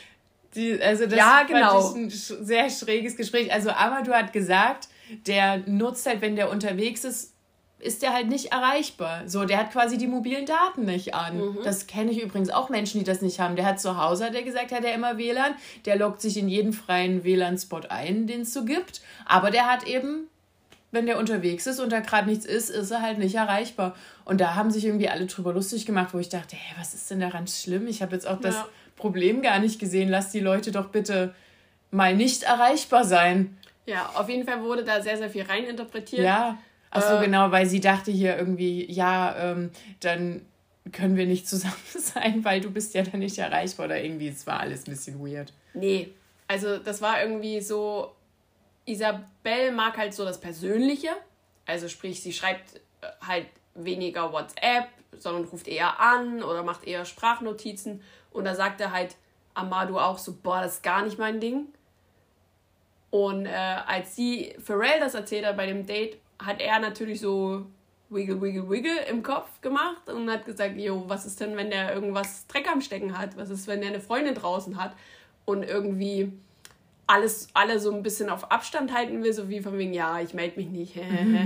Speaker 2: Das fand ich ein sehr schräges Gespräch. Also Amadou hat gesagt, der nutzt halt, wenn der unterwegs ist der halt nicht erreichbar. So, der hat quasi die mobilen Daten nicht an. Mhm. Das kenne ich übrigens auch Menschen, die das nicht haben. Der hat zu Hause, hat er gesagt, hat er immer WLAN. Der loggt sich in jeden freien WLAN-Spot ein, den es so gibt. Aber der hat eben, wenn der unterwegs ist und da gerade nichts ist er halt nicht erreichbar. Und da haben sich irgendwie alle drüber lustig gemacht, wo ich dachte, hey, was ist denn daran schlimm? Ich habe jetzt auch das Problem gar nicht gesehen. Lass die Leute doch bitte mal nicht erreichbar sein.
Speaker 1: Ja, auf jeden Fall wurde da sehr, sehr viel reininterpretiert.
Speaker 2: Ja. Achso, genau, weil sie dachte hier irgendwie, dann können wir nicht zusammen sein, weil du bist ja dann nicht erreichbar oder irgendwie, es war alles ein bisschen weird.
Speaker 1: Nee, also das war irgendwie so, Isabel mag halt so das Persönliche, also sprich, sie schreibt halt weniger WhatsApp, sondern ruft eher an oder macht eher Sprachnotizen und da sagte halt Amadou auch so, boah, das ist gar nicht mein Ding. Und als Pharrell das erzählt hat bei dem Date, hat er natürlich so wiggle, wiggle, wiggle im Kopf gemacht und hat gesagt, jo, was ist denn, wenn der irgendwas Dreck am Stecken hat? Was ist, wenn der eine Freundin draußen hat und irgendwie alle so ein bisschen auf Abstand halten will, so wie von wegen, ja, ich melde mich nicht.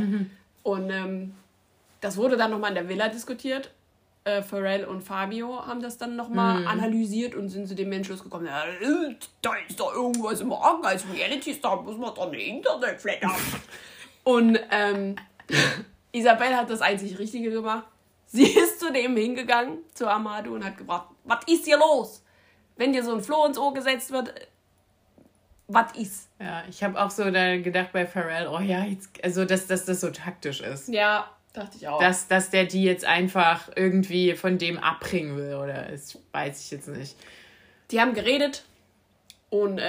Speaker 1: Und das wurde dann nochmal in der Villa diskutiert. Pharrell und Fabio haben das dann nochmal analysiert und sind zu dem Entschluss gekommen, ja, da ist doch irgendwas im Argen als Reality-Star, muss man doch eine Internetflat haben. Und Isabel hat das einzig Richtige gemacht. Sie ist zu dem hingegangen, zu Amadou, und hat gefragt, was ist hier los? Wenn dir so ein Floh ins Ohr gesetzt wird, was ist?
Speaker 2: Ja, ich habe auch so da gedacht bei Pharrell, oh ja, also dass das so taktisch ist.
Speaker 1: Ja, dachte ich auch.
Speaker 2: Dass der die jetzt einfach irgendwie von dem abbringen will, oder das weiß ich jetzt nicht.
Speaker 1: Die haben geredet und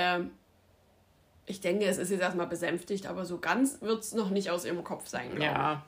Speaker 1: ich denke, es ist jetzt erstmal besänftigt, aber so ganz wird es noch nicht aus ihrem Kopf sein, glaube ich.
Speaker 2: Ja,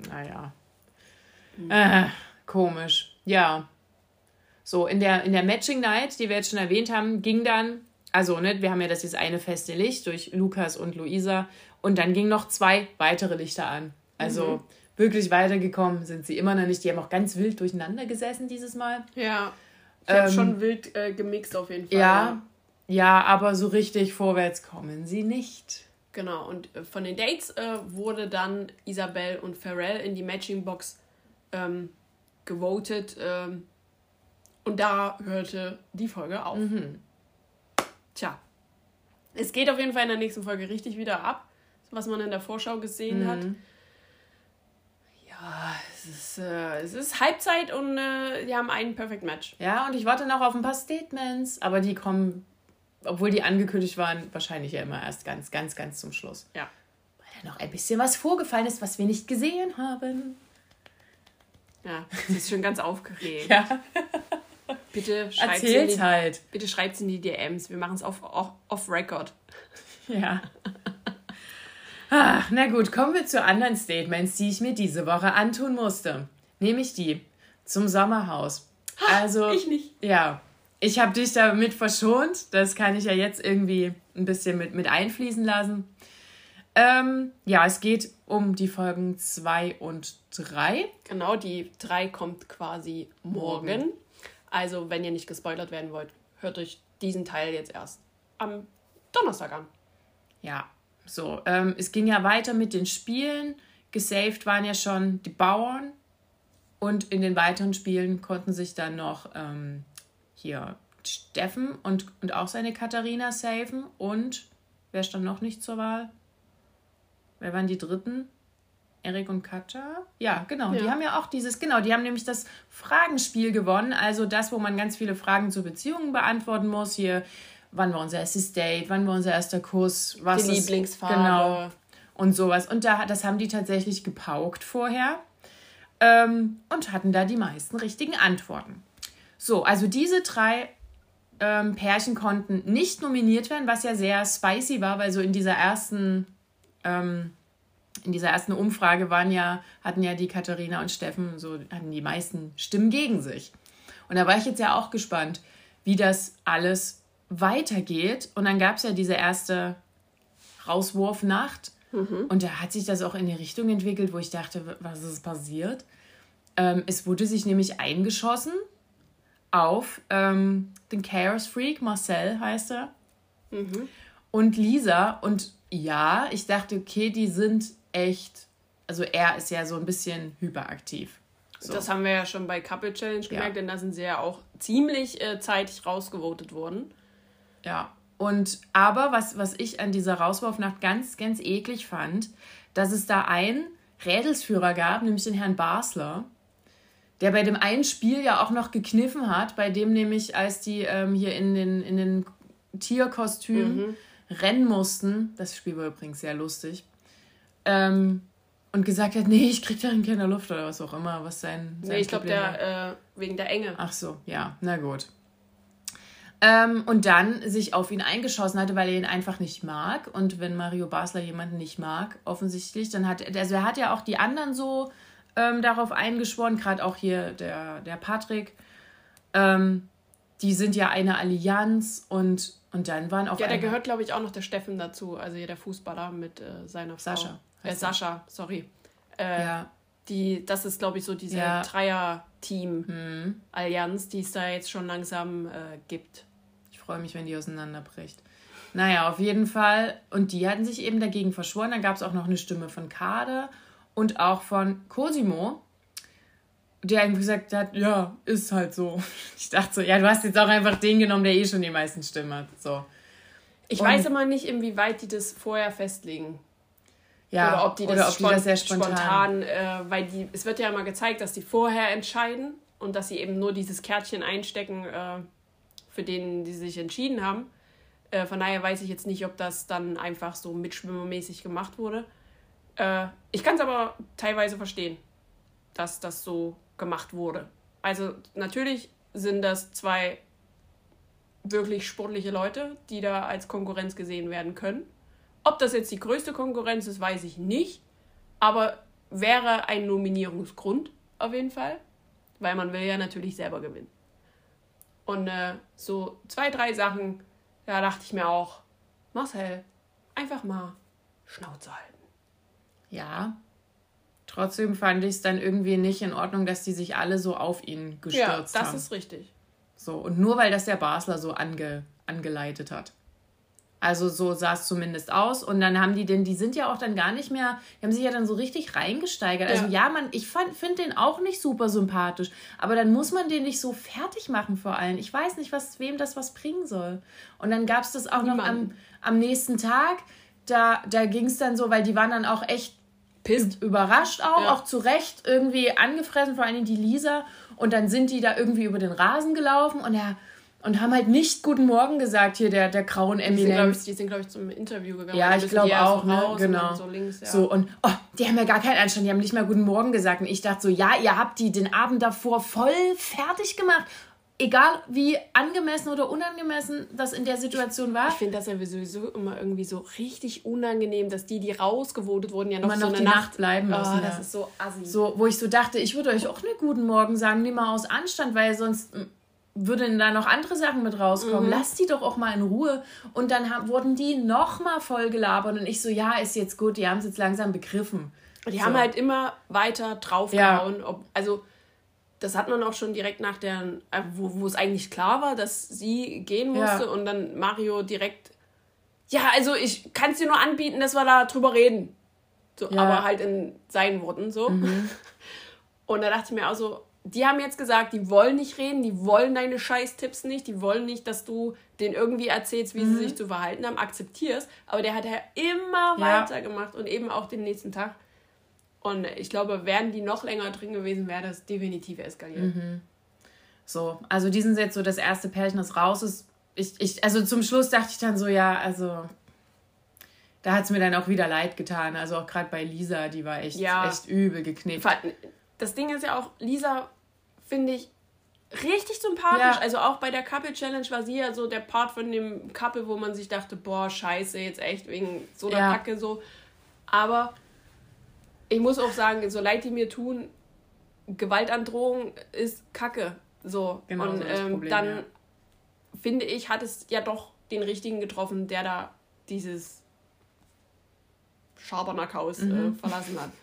Speaker 2: naja. Komisch. Ja. So, in der Matching Night, die wir jetzt schon erwähnt haben, ging dann, also, ne, wir haben ja das jetzt eine feste Licht durch Lukas und Luisa und dann gingen noch 2 weitere Lichter an. Also, wirklich weitergekommen sind sie immer noch nicht. Die haben auch ganz wild durcheinander gesessen dieses Mal.
Speaker 1: Ja, ich habe schon wild gemixt auf jeden Fall.
Speaker 2: Ja, aber so richtig vorwärts kommen sie nicht.
Speaker 1: Genau, und von den Dates wurde dann Isabel und Pharrell in die Matching-Box gewotet. Und da hörte die Folge auf. Tja, es geht auf jeden Fall in der nächsten Folge richtig wieder ab, was man in der Vorschau gesehen hat. Ja, es ist Halbzeit und die haben einen Perfect Match.
Speaker 2: Ja, und ich warte noch auf ein paar Statements, aber die kommen obwohl die angekündigt waren, wahrscheinlich ja immer erst ganz, ganz, ganz zum Schluss.
Speaker 1: Ja.
Speaker 2: Weil da noch ein bisschen was vorgefallen ist, was wir nicht gesehen haben.
Speaker 1: Ja, sie ist schon ganz aufgeregt.
Speaker 2: Ja.
Speaker 1: Bitte schreibt in die DMs. Wir machen es off Record.
Speaker 2: Ja. Ach, na gut, kommen wir zu anderen Statements, die ich mir diese Woche antun musste. Nämlich die zum Sommerhaus. Also,
Speaker 1: ich nicht.
Speaker 2: Ja, ich habe dich damit verschont. Das kann ich ja jetzt irgendwie ein bisschen mit einfließen lassen. Ja, es geht um die Folgen 2 und 3.
Speaker 1: Genau, die 3 kommt quasi morgen. Also, wenn ihr nicht gespoilert werden wollt, hört euch diesen Teil jetzt erst am Donnerstag an.
Speaker 2: Ja, so. Es ging ja weiter mit den Spielen. Gesaved waren ja schon die Bauern. Und in den weiteren Spielen konnten sich dann noch hier Steffen und auch seine Katharina saven. Und wer stand noch nicht zur Wahl? Wer waren die Dritten? Erik und Katja? Ja, genau. Ja. Die haben ja auch die haben nämlich das Fragenspiel gewonnen. Also das, wo man ganz viele Fragen zu Beziehungen beantworten muss. Hier, wann war unser erstes Date? Wann war unser erster Kuss? Was
Speaker 1: die Lieblingsfarbe.
Speaker 2: Genau. Und sowas. Und das haben die tatsächlich gepaukt vorher. Und hatten da die meisten richtigen Antworten. So, also diese 3 Pärchen konnten nicht nominiert werden, was ja sehr spicy war, weil so in dieser ersten Umfrage hatten ja die Katharina und Steffen hatten die meisten Stimmen gegen sich. Und da war ich jetzt ja auch gespannt, wie das alles weitergeht. Und dann gab es ja diese erste Rauswurfnacht. Und da hat sich das auch in die Richtung entwickelt, wo ich dachte, was ist passiert? Es wurde sich nämlich eingeschossen auf den Chaos Freak, Marcel heißt er, und Lisa. Und ja, ich dachte, okay, die sind echt, also er ist ja so ein bisschen hyperaktiv. So.
Speaker 1: Das haben wir ja schon bei Couple Challenge gemerkt, denn da sind sie ja auch ziemlich zeitig rausgevotet worden.
Speaker 2: Ja, aber was ich an dieser Rauswurfnacht ganz, ganz eklig fand, dass es da einen Rädelsführer gab, nämlich den Herrn Basler, der bei dem einen Spiel ja auch noch gekniffen hat, bei dem nämlich, als die hier in den Tierkostümen rennen mussten, das Spiel war übrigens sehr lustig, und gesagt hat, nee, ich krieg darin keine Luft oder was auch immer, was sein
Speaker 1: ich glaube, wegen der Enge.
Speaker 2: Ach so, ja, na gut. Und dann sich auf ihn eingeschossen hatte, weil er ihn einfach nicht mag. Und wenn Mario Basler jemanden nicht mag, offensichtlich, dann er hat ja auch die anderen so darauf eingeschworen, gerade auch hier der Patrick. Die sind ja eine Allianz und dann waren auch...
Speaker 1: Ja, da gehört, glaube ich, auch noch der Steffen dazu, also hier der Fußballer mit seiner Frau. Sascha, sorry.
Speaker 2: Ja.
Speaker 1: Das ist, glaube ich, so diese Dreier-Team-Allianz, die es da jetzt schon langsam gibt.
Speaker 2: Ich freue mich, wenn die auseinanderbricht. Naja, auf jeden Fall. Und die hatten sich eben dagegen verschworen. Dann gab es auch noch eine Stimme von Kade und auch von Cosimo, der irgendwie gesagt hat, ja, ist halt so. Ich dachte so, ja, du hast jetzt auch einfach den genommen, der schon die meisten Stimmen hat. So.
Speaker 1: Ich weiß immer nicht, inwieweit die das vorher festlegen.
Speaker 2: Ja,
Speaker 1: oder ob die das
Speaker 2: sehr spontan
Speaker 1: weil es wird ja immer gezeigt, dass die vorher entscheiden und dass sie eben nur dieses Kärtchen einstecken, für den die sich entschieden haben. Von daher weiß ich jetzt nicht, ob das dann einfach so mitschwimmermäßig gemacht wurde. Ich kann es aber teilweise verstehen, dass das so gemacht wurde. Also natürlich sind das 2 wirklich sportliche Leute, die da als Konkurrenz gesehen werden können. Ob das jetzt die größte Konkurrenz ist, weiß ich nicht. Aber wäre ein Nominierungsgrund auf jeden Fall. Weil man will ja natürlich selber gewinnen. Und so 2, 3 Sachen, da dachte ich mir auch, Marcel, einfach mal Schnauze halten.
Speaker 2: Ja. Trotzdem fand ich es dann irgendwie nicht in Ordnung, dass die sich alle so auf ihn gestürzt haben.
Speaker 1: Ja, das ist richtig.
Speaker 2: So, und nur weil das der Basler so angeleitet hat. Also so sah es zumindest aus. Und dann haben die sind ja auch dann gar nicht mehr, die haben sich ja dann so richtig reingesteigert. Also ich finde den auch nicht super sympathisch. Aber dann muss man den nicht so fertig machen vor allem. Ich weiß nicht, wem das was bringen soll. Und dann gab es das auch noch am nächsten Tag. Da ging es dann so, weil die waren dann auch echt überrascht auch zu Recht irgendwie angefressen, vor allem die Lisa. Und dann sind die da irgendwie über den Rasen gelaufen und und haben halt nicht Guten Morgen gesagt, hier der grauen Eminenz.
Speaker 1: Die sind, glaube ich, zum Interview gegangen.
Speaker 2: Ja, ich glaube auch, ne? Genau.
Speaker 1: So links, ja.
Speaker 2: So, und die haben ja gar keinen Anstand, die haben nicht mal Guten Morgen gesagt. Und ich dachte so, ja, ihr habt die den Abend davor voll fertig gemacht. Egal wie angemessen oder unangemessen das in der Situation war.
Speaker 1: Ich finde das ja sowieso immer irgendwie so richtig unangenehm, dass die rausgevotet wurden, ja noch so
Speaker 2: eine
Speaker 1: die
Speaker 2: Nacht bleiben müssen.
Speaker 1: Das ist so assi.
Speaker 2: So, wo ich so dachte, ich würde euch auch einen Guten Morgen sagen, nimm mal aus Anstand, weil sonst würden da noch andere Sachen mit rauskommen. Lasst die doch auch mal in Ruhe. Und dann wurden die nochmal voll gelabert. Und ich so, ja, ist jetzt gut, die haben es jetzt langsam begriffen.
Speaker 1: Die haben halt immer weiter draufgehauen. Ja. Also, das hat man auch schon direkt nach wo es eigentlich klar war, dass sie gehen musste. Ja. Und dann Mario direkt, ja, also ich kann es dir nur anbieten, dass wir da drüber reden. So, ja. Aber halt in seinen Worten so. Und da dachte ich mir auch so, die haben jetzt gesagt, die wollen nicht reden, die wollen deine Scheiß-Tipps nicht, die wollen nicht, dass du denen irgendwie erzählst, wie sie sich zu verhalten haben, akzeptierst. Aber der hat ja immer weitergemacht und eben auch den nächsten Tag. Und ich glaube, wären die noch länger drin gewesen, wäre das definitiv eskaliert.
Speaker 2: So, also die sind jetzt so das erste Pärchen, das raus ist. Also zum Schluss dachte ich dann so, ja, also da hat es mir dann auch wieder leid getan. Also auch gerade bei Lisa, die war echt übel geknickt.
Speaker 1: Das Ding ist ja auch, Lisa finde ich richtig sympathisch. Ja. Also auch bei der Couple Challenge war sie ja so der Part von dem Couple, wo man sich dachte, boah, scheiße, jetzt echt wegen so einer Kacke so. Aber ich muss auch sagen, so leid die mir tun, Gewaltandrohung ist Kacke. So. Genau, und so das Problem, dann finde ich, hat es ja doch den Richtigen getroffen, der da dieses Schabernack-Haus verlassen hat.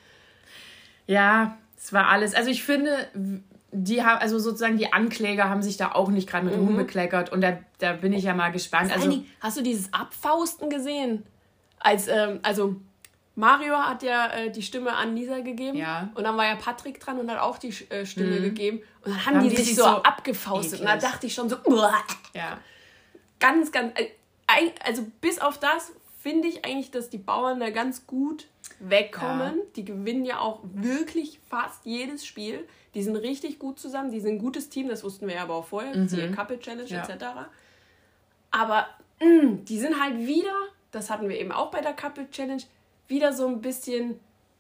Speaker 2: Ja, es war alles. Also ich finde, die Ankläger haben sich da auch nicht gerade mit Ruhm bekleckert. Und da bin ich ja mal gespannt. Also,
Speaker 1: hast du dieses Abfausten gesehen? Also Mario hat ja die Stimme an Lisa gegeben. Ja. Und dann war ja Patrick dran und hat auch die Stimme gegeben. Und dann haben die sich so abgefaustet. Eklig. Und da dachte ich schon so, ja. Ganz, ganz, also bis auf das finde ich eigentlich, dass die Bauern da ganz gut wegkommen. Ja. Die gewinnen ja auch wirklich fast jedes Spiel. Die sind richtig gut zusammen. Die sind ein gutes Team, das wussten wir ja aber auch vorher. Die Couple Challenge etc. Aber die sind halt wieder, das hatten wir eben auch bei der Couple Challenge, wieder so ein bisschen,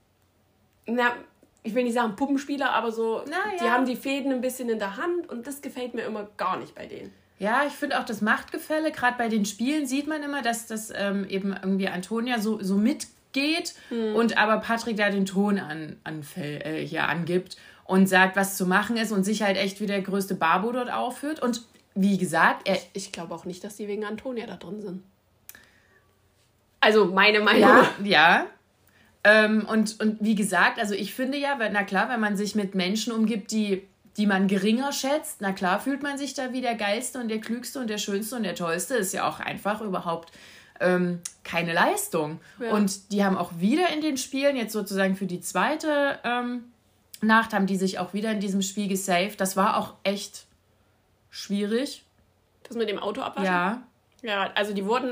Speaker 1: ich will nicht sagen Puppenspieler, aber so, die haben die Fäden ein bisschen in der Hand und das gefällt mir immer gar nicht bei denen.
Speaker 2: Ja, ich finde auch das Machtgefälle, gerade bei den Spielen sieht man immer, dass das eben irgendwie Antonia so mitgeht und aber Patrick da den Ton hier angibt und sagt, was zu machen ist und sich halt echt wie der größte Babo dort aufführt. Und wie gesagt,
Speaker 1: ich glaube auch nicht, dass die wegen Antonia da drin sind. Also meine Meinung.
Speaker 2: Ja. Und wie gesagt, also ich finde ja, na klar, wenn man sich mit Menschen umgibt, die man geringer schätzt, na klar fühlt man sich da wie der Geilste und der Klügste und der Schönste und der Tollste. Ist ja auch einfach überhaupt keine Leistung. Ja. Und die haben auch wieder in den Spielen, jetzt sozusagen für die zweite Nacht, haben die sich auch wieder in diesem Spiel gesaved. Das war auch echt schwierig.
Speaker 1: Das mit dem Auto abwaschen? Ja. Ja, also die wurden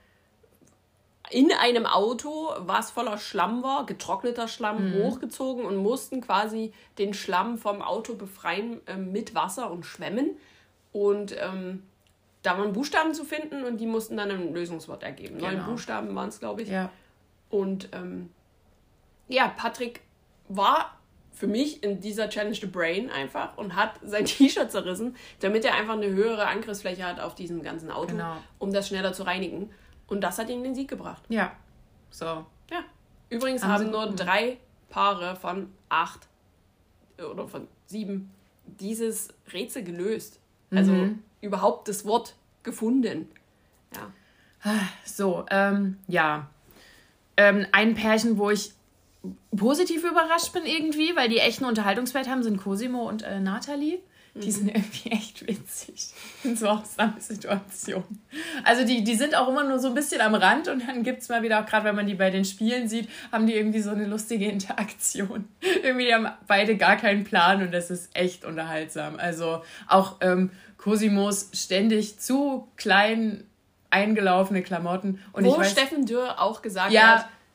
Speaker 1: in einem Auto, was voller Schlamm war, getrockneter Schlamm, hochgezogen und mussten quasi den Schlamm vom Auto befreien mit Wasser und Schwämmen. Und da waren Buchstaben zu finden und die mussten dann ein Lösungswort ergeben. Genau. 9 Buchstaben waren es, glaube ich. Ja. Und Patrick war für mich in dieser Challenge the Brain einfach und hat sein T-Shirt zerrissen, damit er einfach eine höhere Angriffsfläche hat auf diesem ganzen Auto, um das schneller zu reinigen. Und das hat ihm den Sieg gebracht.
Speaker 2: Ja. So.
Speaker 1: Ja. Übrigens haben nur 3 Paare von 8 oder von 7 dieses Rätsel gelöst. Also überhaupt das Wort gefunden. Ja.
Speaker 2: So, ein Pärchen, wo ich positiv überrascht bin irgendwie, weil die echt einen Unterhaltungswert haben, sind Cosimo und Nathalie. Die sind irgendwie echt witzig in so Ausnahmesituationen. Also die sind auch immer nur so ein bisschen am Rand und dann gibt es mal wieder, auch gerade wenn man die bei den Spielen sieht, haben die irgendwie so eine lustige Interaktion. Irgendwie die haben beide gar keinen Plan und das ist echt unterhaltsam. Also auch Cosimos ständig zu klein eingelaufene Klamotten. Und
Speaker 1: Steffen Dürr auch gesagt hat,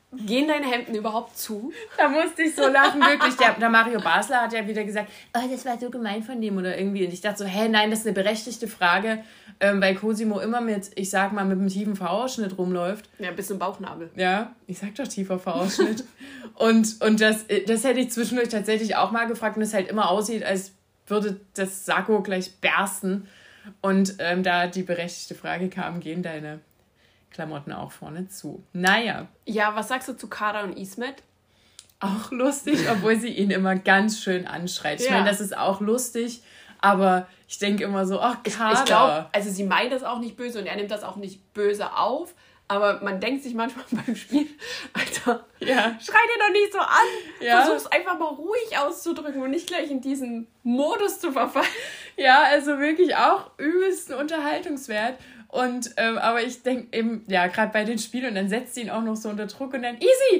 Speaker 1: Gehen deine Hemden überhaupt zu?
Speaker 2: Da musste ich so lachen, wirklich. Der Mario Basler hat ja wieder gesagt, oh, das war so gemein von dem oder irgendwie. Und ich dachte so, nein, das ist eine berechtigte Frage, weil Cosimo immer mit, ich sag mal, mit einem tiefen V-Ausschnitt rumläuft.
Speaker 1: Ja, bis zum Bauchnabel.
Speaker 2: Ja, ich sag doch tiefer V-Ausschnitt. und das hätte ich zwischendurch tatsächlich auch mal gefragt und es halt immer aussieht, als würde das Sakko gleich bersten. Und da die berechtigte Frage kam, gehen deine Klamotten auch vorne zu. Naja.
Speaker 1: Ja, was sagst du zu Kader und Ismet?
Speaker 2: Auch lustig, obwohl sie ihn immer ganz schön anschreit. Ich meine, das ist auch lustig, aber ich denke immer so, ach, Kader.
Speaker 1: Ich glaube, also sie meint das auch nicht böse und er nimmt das auch nicht böse auf, aber man denkt sich manchmal beim Spiel, Alter, schrei dir doch nicht so an. Ja. Versuch's einfach mal ruhig auszudrücken und nicht gleich in diesen Modus zu verfallen.
Speaker 2: Ja, also wirklich auch übelsten Unterhaltungswert. Und, aber ich denke eben, ja, gerade bei den Spielen, und dann setzt sie ihn auch noch so unter Druck und dann, easy!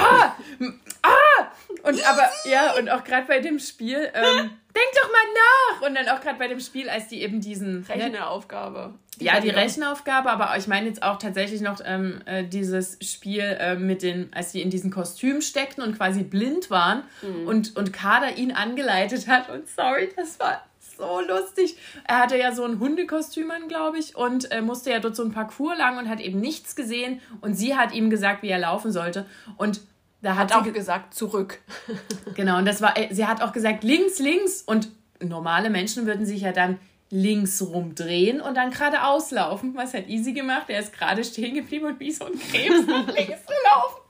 Speaker 2: Und easy! Aber, ja, und auch gerade bei dem Spiel, denk doch mal nach! Und dann auch gerade bei dem Spiel, als die eben diesen...
Speaker 1: Rechenaufgabe.
Speaker 2: Die Rechenaufgabe, aber ich meine jetzt auch tatsächlich noch dieses Spiel als die in diesen Kostüm steckten und quasi blind waren und Kader ihn angeleitet hat. Und sorry, das war so lustig. Er hatte ja so ein Hundekostüm an, glaube ich, und musste ja dort so ein Parcours lang und hat eben nichts gesehen. Und sie hat ihm gesagt, wie er laufen sollte. Und da hat sie
Speaker 1: auch gesagt, zurück.
Speaker 2: Genau, und sie hat auch gesagt, links. Und normale Menschen würden sich ja dann links rumdrehen und dann geradeaus laufen. Was hat Easy gemacht? Er ist gerade stehen geblieben und wie so ein Krebs nach links gelaufen.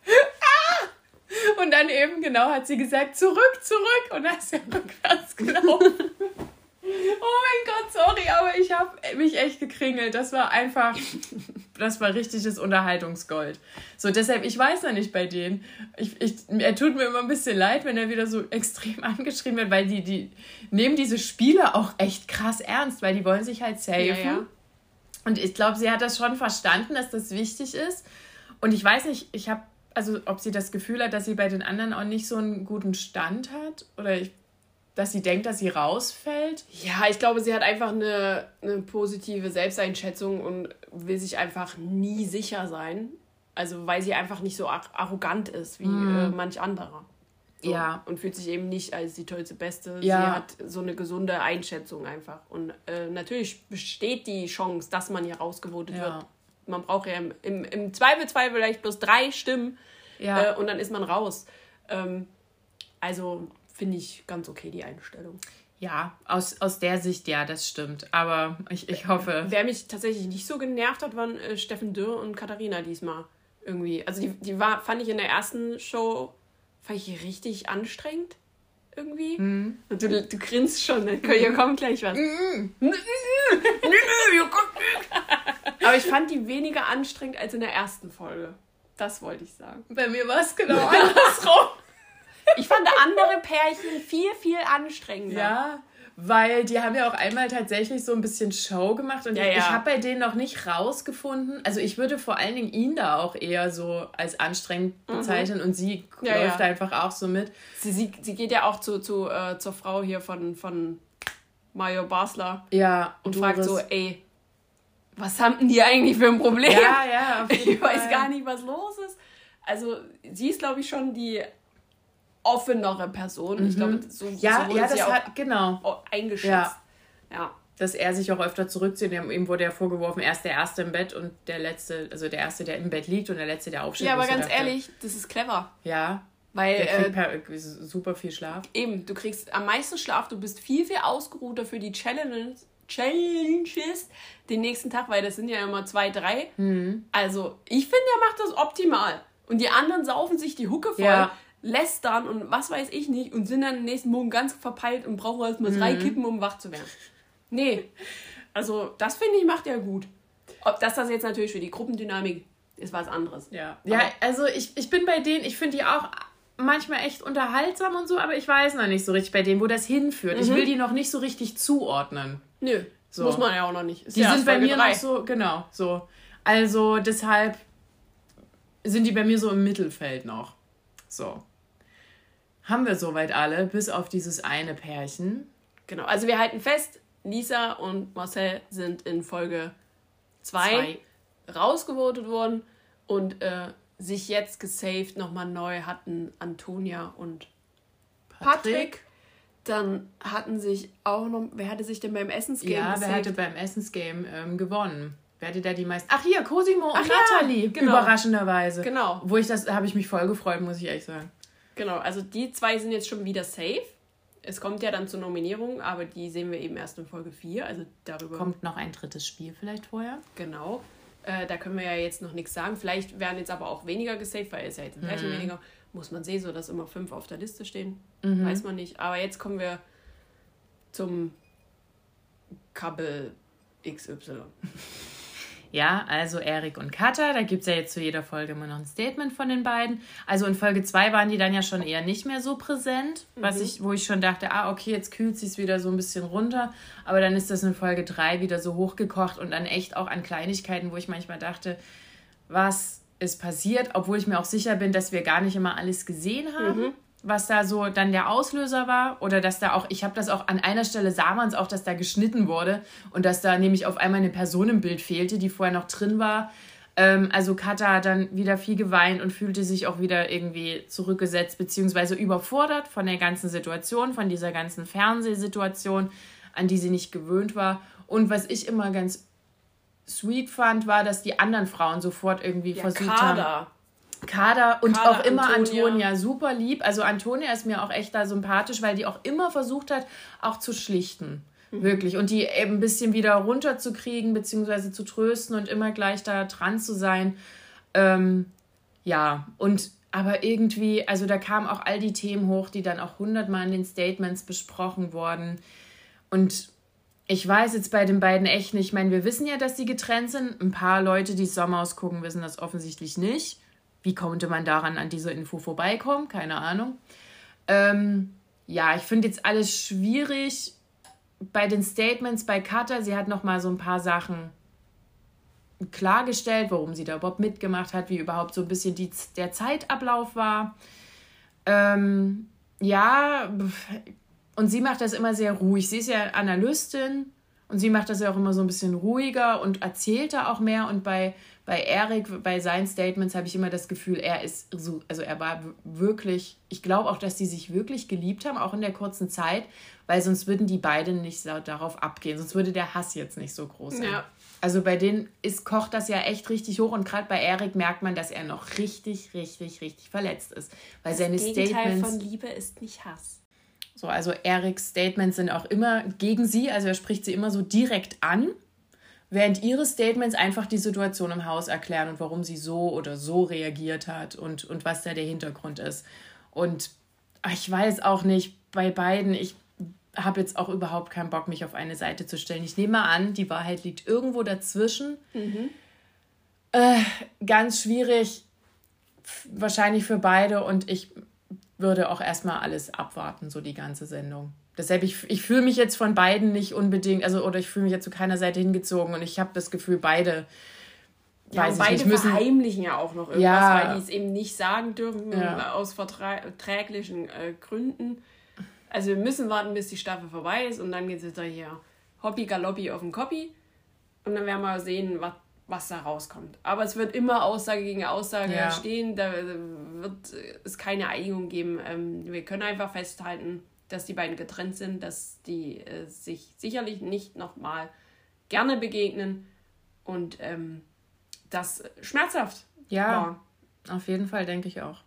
Speaker 2: Und dann eben, genau, hat sie gesagt, zurück. Und dann ist er rückwärts gelaufen. Oh mein Gott, sorry, aber ich habe mich echt gekringelt. Das war richtiges Unterhaltungsgold. So, deshalb, ich weiß noch nicht bei denen. Er tut mir immer ein bisschen leid, wenn er wieder so extrem angeschrien wird, weil die nehmen diese Spiele auch echt krass ernst, weil die wollen sich halt safen. Ja. Und ich glaube, sie hat das schon verstanden, dass das wichtig ist. Und ich weiß nicht, ob sie das Gefühl hat, dass sie bei den anderen auch nicht so einen guten Stand hat. Oder dass sie denkt, dass sie rausfällt?
Speaker 1: Ja, ich glaube, sie hat einfach eine positive Selbsteinschätzung und will sich einfach nie sicher sein. Also, weil sie einfach nicht so arrogant ist wie manch anderer. So. Ja. Und fühlt sich eben nicht als die tollste Beste. Ja. Sie hat so eine gesunde Einschätzung einfach. Und natürlich besteht die Chance, dass man hier rausgevotet wird. Man braucht ja im Zweifelsfall vielleicht bloß 3 Stimmen und dann ist man raus. Also... finde ich ganz okay, die Einstellung.
Speaker 2: Ja, aus der Sicht, ja, das stimmt. Aber ich hoffe...
Speaker 1: Wer mich tatsächlich nicht so genervt hat, waren Steffen Dürr und Katharina diesmal irgendwie. Also die fand ich in der ersten Show, richtig anstrengend irgendwie. Und du grinst schon, ne? Hier kommt gleich was. Aber ich fand die weniger anstrengend als in der ersten Folge. Das wollte ich sagen.
Speaker 2: Bei mir war es genau andersrum.
Speaker 1: Ich fand andere Pärchen viel, viel anstrengender.
Speaker 2: Ja, weil die haben ja auch einmal tatsächlich so ein bisschen Show gemacht und ich habe bei denen noch nicht rausgefunden, also ich würde vor allen Dingen ihn da auch eher so als anstrengend bezeichnen und sie läuft einfach auch so mit.
Speaker 1: Sie geht ja auch zur Frau hier von Mario Basler und fragt so, ey, was haben denn die eigentlich für ein Problem?
Speaker 2: Ja, auf jeden Fall.
Speaker 1: Ich weiß gar nicht, was los ist. Also sie ist, glaube ich, schon die offenere Person. Ich glaube, so wurde sie auch eingeschätzt. Ja.
Speaker 2: Dass er sich auch öfter zurückzieht. Ihm wurde ja vorgeworfen, er ist der Erste im Bett und der Letzte, also der Erste, der im Bett liegt und der Letzte, der aufsteht.
Speaker 1: Ja, aber ganz ehrlich, das ist clever.
Speaker 2: Ja,
Speaker 1: weil
Speaker 2: der kriegt super viel Schlaf.
Speaker 1: Eben, du kriegst am meisten Schlaf, du bist viel, viel ausgeruhter für die Challenges den nächsten Tag, weil das sind ja immer 2, 3. Also, ich finde, er macht das optimal. Und die anderen saufen sich die Hucke voll, lästern und was weiß ich nicht und sind dann am nächsten Morgen ganz verpeilt und brauchen erstmal 3 Kippen, um wach zu werden. Nee, also das finde ich macht er gut. Ob das jetzt natürlich für die Gruppendynamik ist, was anderes.
Speaker 2: Ja, also ich bin bei denen, ich finde die auch manchmal echt unterhaltsam und so, aber ich weiß noch nicht so richtig bei denen, wo das hinführt. Ich will die noch nicht so richtig zuordnen.
Speaker 1: Nö, so. Muss man ja auch noch nicht.
Speaker 2: Die sind bei mir noch so, genau, so. Also deshalb sind die bei mir so im Mittelfeld noch. So. Haben wir soweit alle, bis auf dieses eine Pärchen.
Speaker 1: Genau, also wir halten fest, Lisa und Marcel sind in Folge 2 rausgevotet worden und sich jetzt gesaved nochmal neu hatten Antonia und Patrick. Dann hatten sich auch noch... Wer hatte sich denn beim Essensgame
Speaker 2: gesaved? Wer hatte beim Essensgame gewonnen? Wer hatte da die meisten... Ach hier, Cosimo und Nathalie. Genau. Überraschenderweise. Genau. Da habe ich mich voll gefreut, muss ich ehrlich sagen.
Speaker 1: Genau, also die 2 sind jetzt schon wieder safe. Es kommt ja dann zur Nominierung, aber die sehen wir eben erst in Folge 4. Also darüber...
Speaker 2: Kommt noch ein 3. Spiel vielleicht vorher.
Speaker 1: Genau. Da können wir ja jetzt noch nichts sagen. Vielleicht werden jetzt aber auch weniger gesaved, weil es ja jetzt ein Pärchen weniger. Muss man sehen, so dass immer 5 auf der Liste stehen. Weiß man nicht. Aber jetzt kommen wir zum Couple XY.
Speaker 2: Ja, also Erik und Katha, da gibt es ja jetzt zu jeder Folge immer noch ein Statement von den beiden. Also in Folge 2 waren die dann ja schon eher nicht mehr so präsent, wo ich schon dachte, okay, jetzt kühlt sie es wieder so ein bisschen runter. Aber dann ist das in Folge 3 wieder so hochgekocht und dann echt auch an Kleinigkeiten, wo ich manchmal dachte, was ist passiert, obwohl ich mir auch sicher bin, dass wir gar nicht immer alles gesehen haben. Was da so dann der Auslöser war oder dass da auch, ich habe das auch an einer Stelle, sah man es auch, dass da geschnitten wurde und dass da nämlich auf einmal eine Person im Bild fehlte, die vorher noch drin war. Also Katha hat dann wieder viel geweint und fühlte sich auch wieder irgendwie zurückgesetzt beziehungsweise überfordert von der ganzen Situation, von dieser ganzen Fernsehsituation, an die sie nicht gewöhnt war. Und was ich immer ganz sweet fand, war, dass die anderen Frauen sofort irgendwie versucht haben... Kader und auch immer Antonia super lieb. Also Antonia ist mir auch echt da sympathisch, weil die auch immer versucht hat, auch zu schlichten. Wirklich. Und die eben ein bisschen wieder runterzukriegen, beziehungsweise zu trösten und immer gleich da dran zu sein. Ja, und aber irgendwie, also da kamen auch all die Themen hoch, die dann auch 100-mal in den Statements besprochen wurden. Und ich weiß jetzt bei den beiden echt nicht, ich meine, wir wissen ja, dass sie getrennt sind. Ein paar Leute, die Sommerhaus gucken, wissen das offensichtlich nicht. Wie konnte man daran an dieser Info vorbeikommen? Keine Ahnung. Ja, ich finde jetzt alles schwierig. Bei den Statements bei Katha, sie hat noch mal so ein paar Sachen klargestellt, warum sie da überhaupt mitgemacht hat, wie überhaupt so ein bisschen der Zeitablauf war. Ja, und sie macht das immer sehr ruhig. Sie ist ja Analystin und sie macht das ja auch immer so ein bisschen ruhiger und erzählt da auch mehr. Und bei Erik, bei seinen Statements habe ich immer das Gefühl, er ist so, also er war wirklich, ich glaube auch, dass die sich wirklich geliebt haben, auch in der kurzen Zeit, weil sonst würden die beiden nicht so darauf abgehen, sonst würde der Hass jetzt nicht so groß sein. Ja. Also bei denen kocht das ja echt richtig hoch und gerade bei Erik merkt man, dass er noch richtig, richtig, richtig verletzt ist. Weil seine
Speaker 1: Gegenteil Statements von Liebe ist nicht Hass.
Speaker 2: So, also Eriks Statements sind auch immer gegen sie, also er spricht sie immer so direkt an, während ihre Statements einfach die Situation im Haus erklären und warum sie so oder so reagiert hat und was da der Hintergrund ist. Und ich weiß auch nicht, bei beiden, ich habe jetzt auch überhaupt keinen Bock, mich auf eine Seite zu stellen. Ich nehme mal an, die Wahrheit liegt irgendwo dazwischen. Ganz schwierig, wahrscheinlich für beide und ich würde auch erstmal alles abwarten, so die ganze Sendung. Deshalb, ich fühle mich jetzt von beiden nicht unbedingt, oder ich fühle mich jetzt zu keiner Seite hingezogen und ich habe das Gefühl, beide,
Speaker 1: beide verheimlichen ja auch noch irgendwas, weil die es eben nicht sagen dürfen, aus verträglichen Gründen. Also wir müssen warten, bis die Staffel vorbei ist und dann geht es jetzt hier Hoppi Galoppi auf den Koppi und dann werden wir sehen, was da rauskommt. Aber es wird immer Aussage gegen Aussage stehen, da wird es keine Einigung geben. Wir können einfach festhalten, dass die beiden getrennt sind, dass die sich sicherlich nicht nochmal gerne begegnen und das schmerzhaft war.
Speaker 2: Auf jeden Fall, denke ich auch.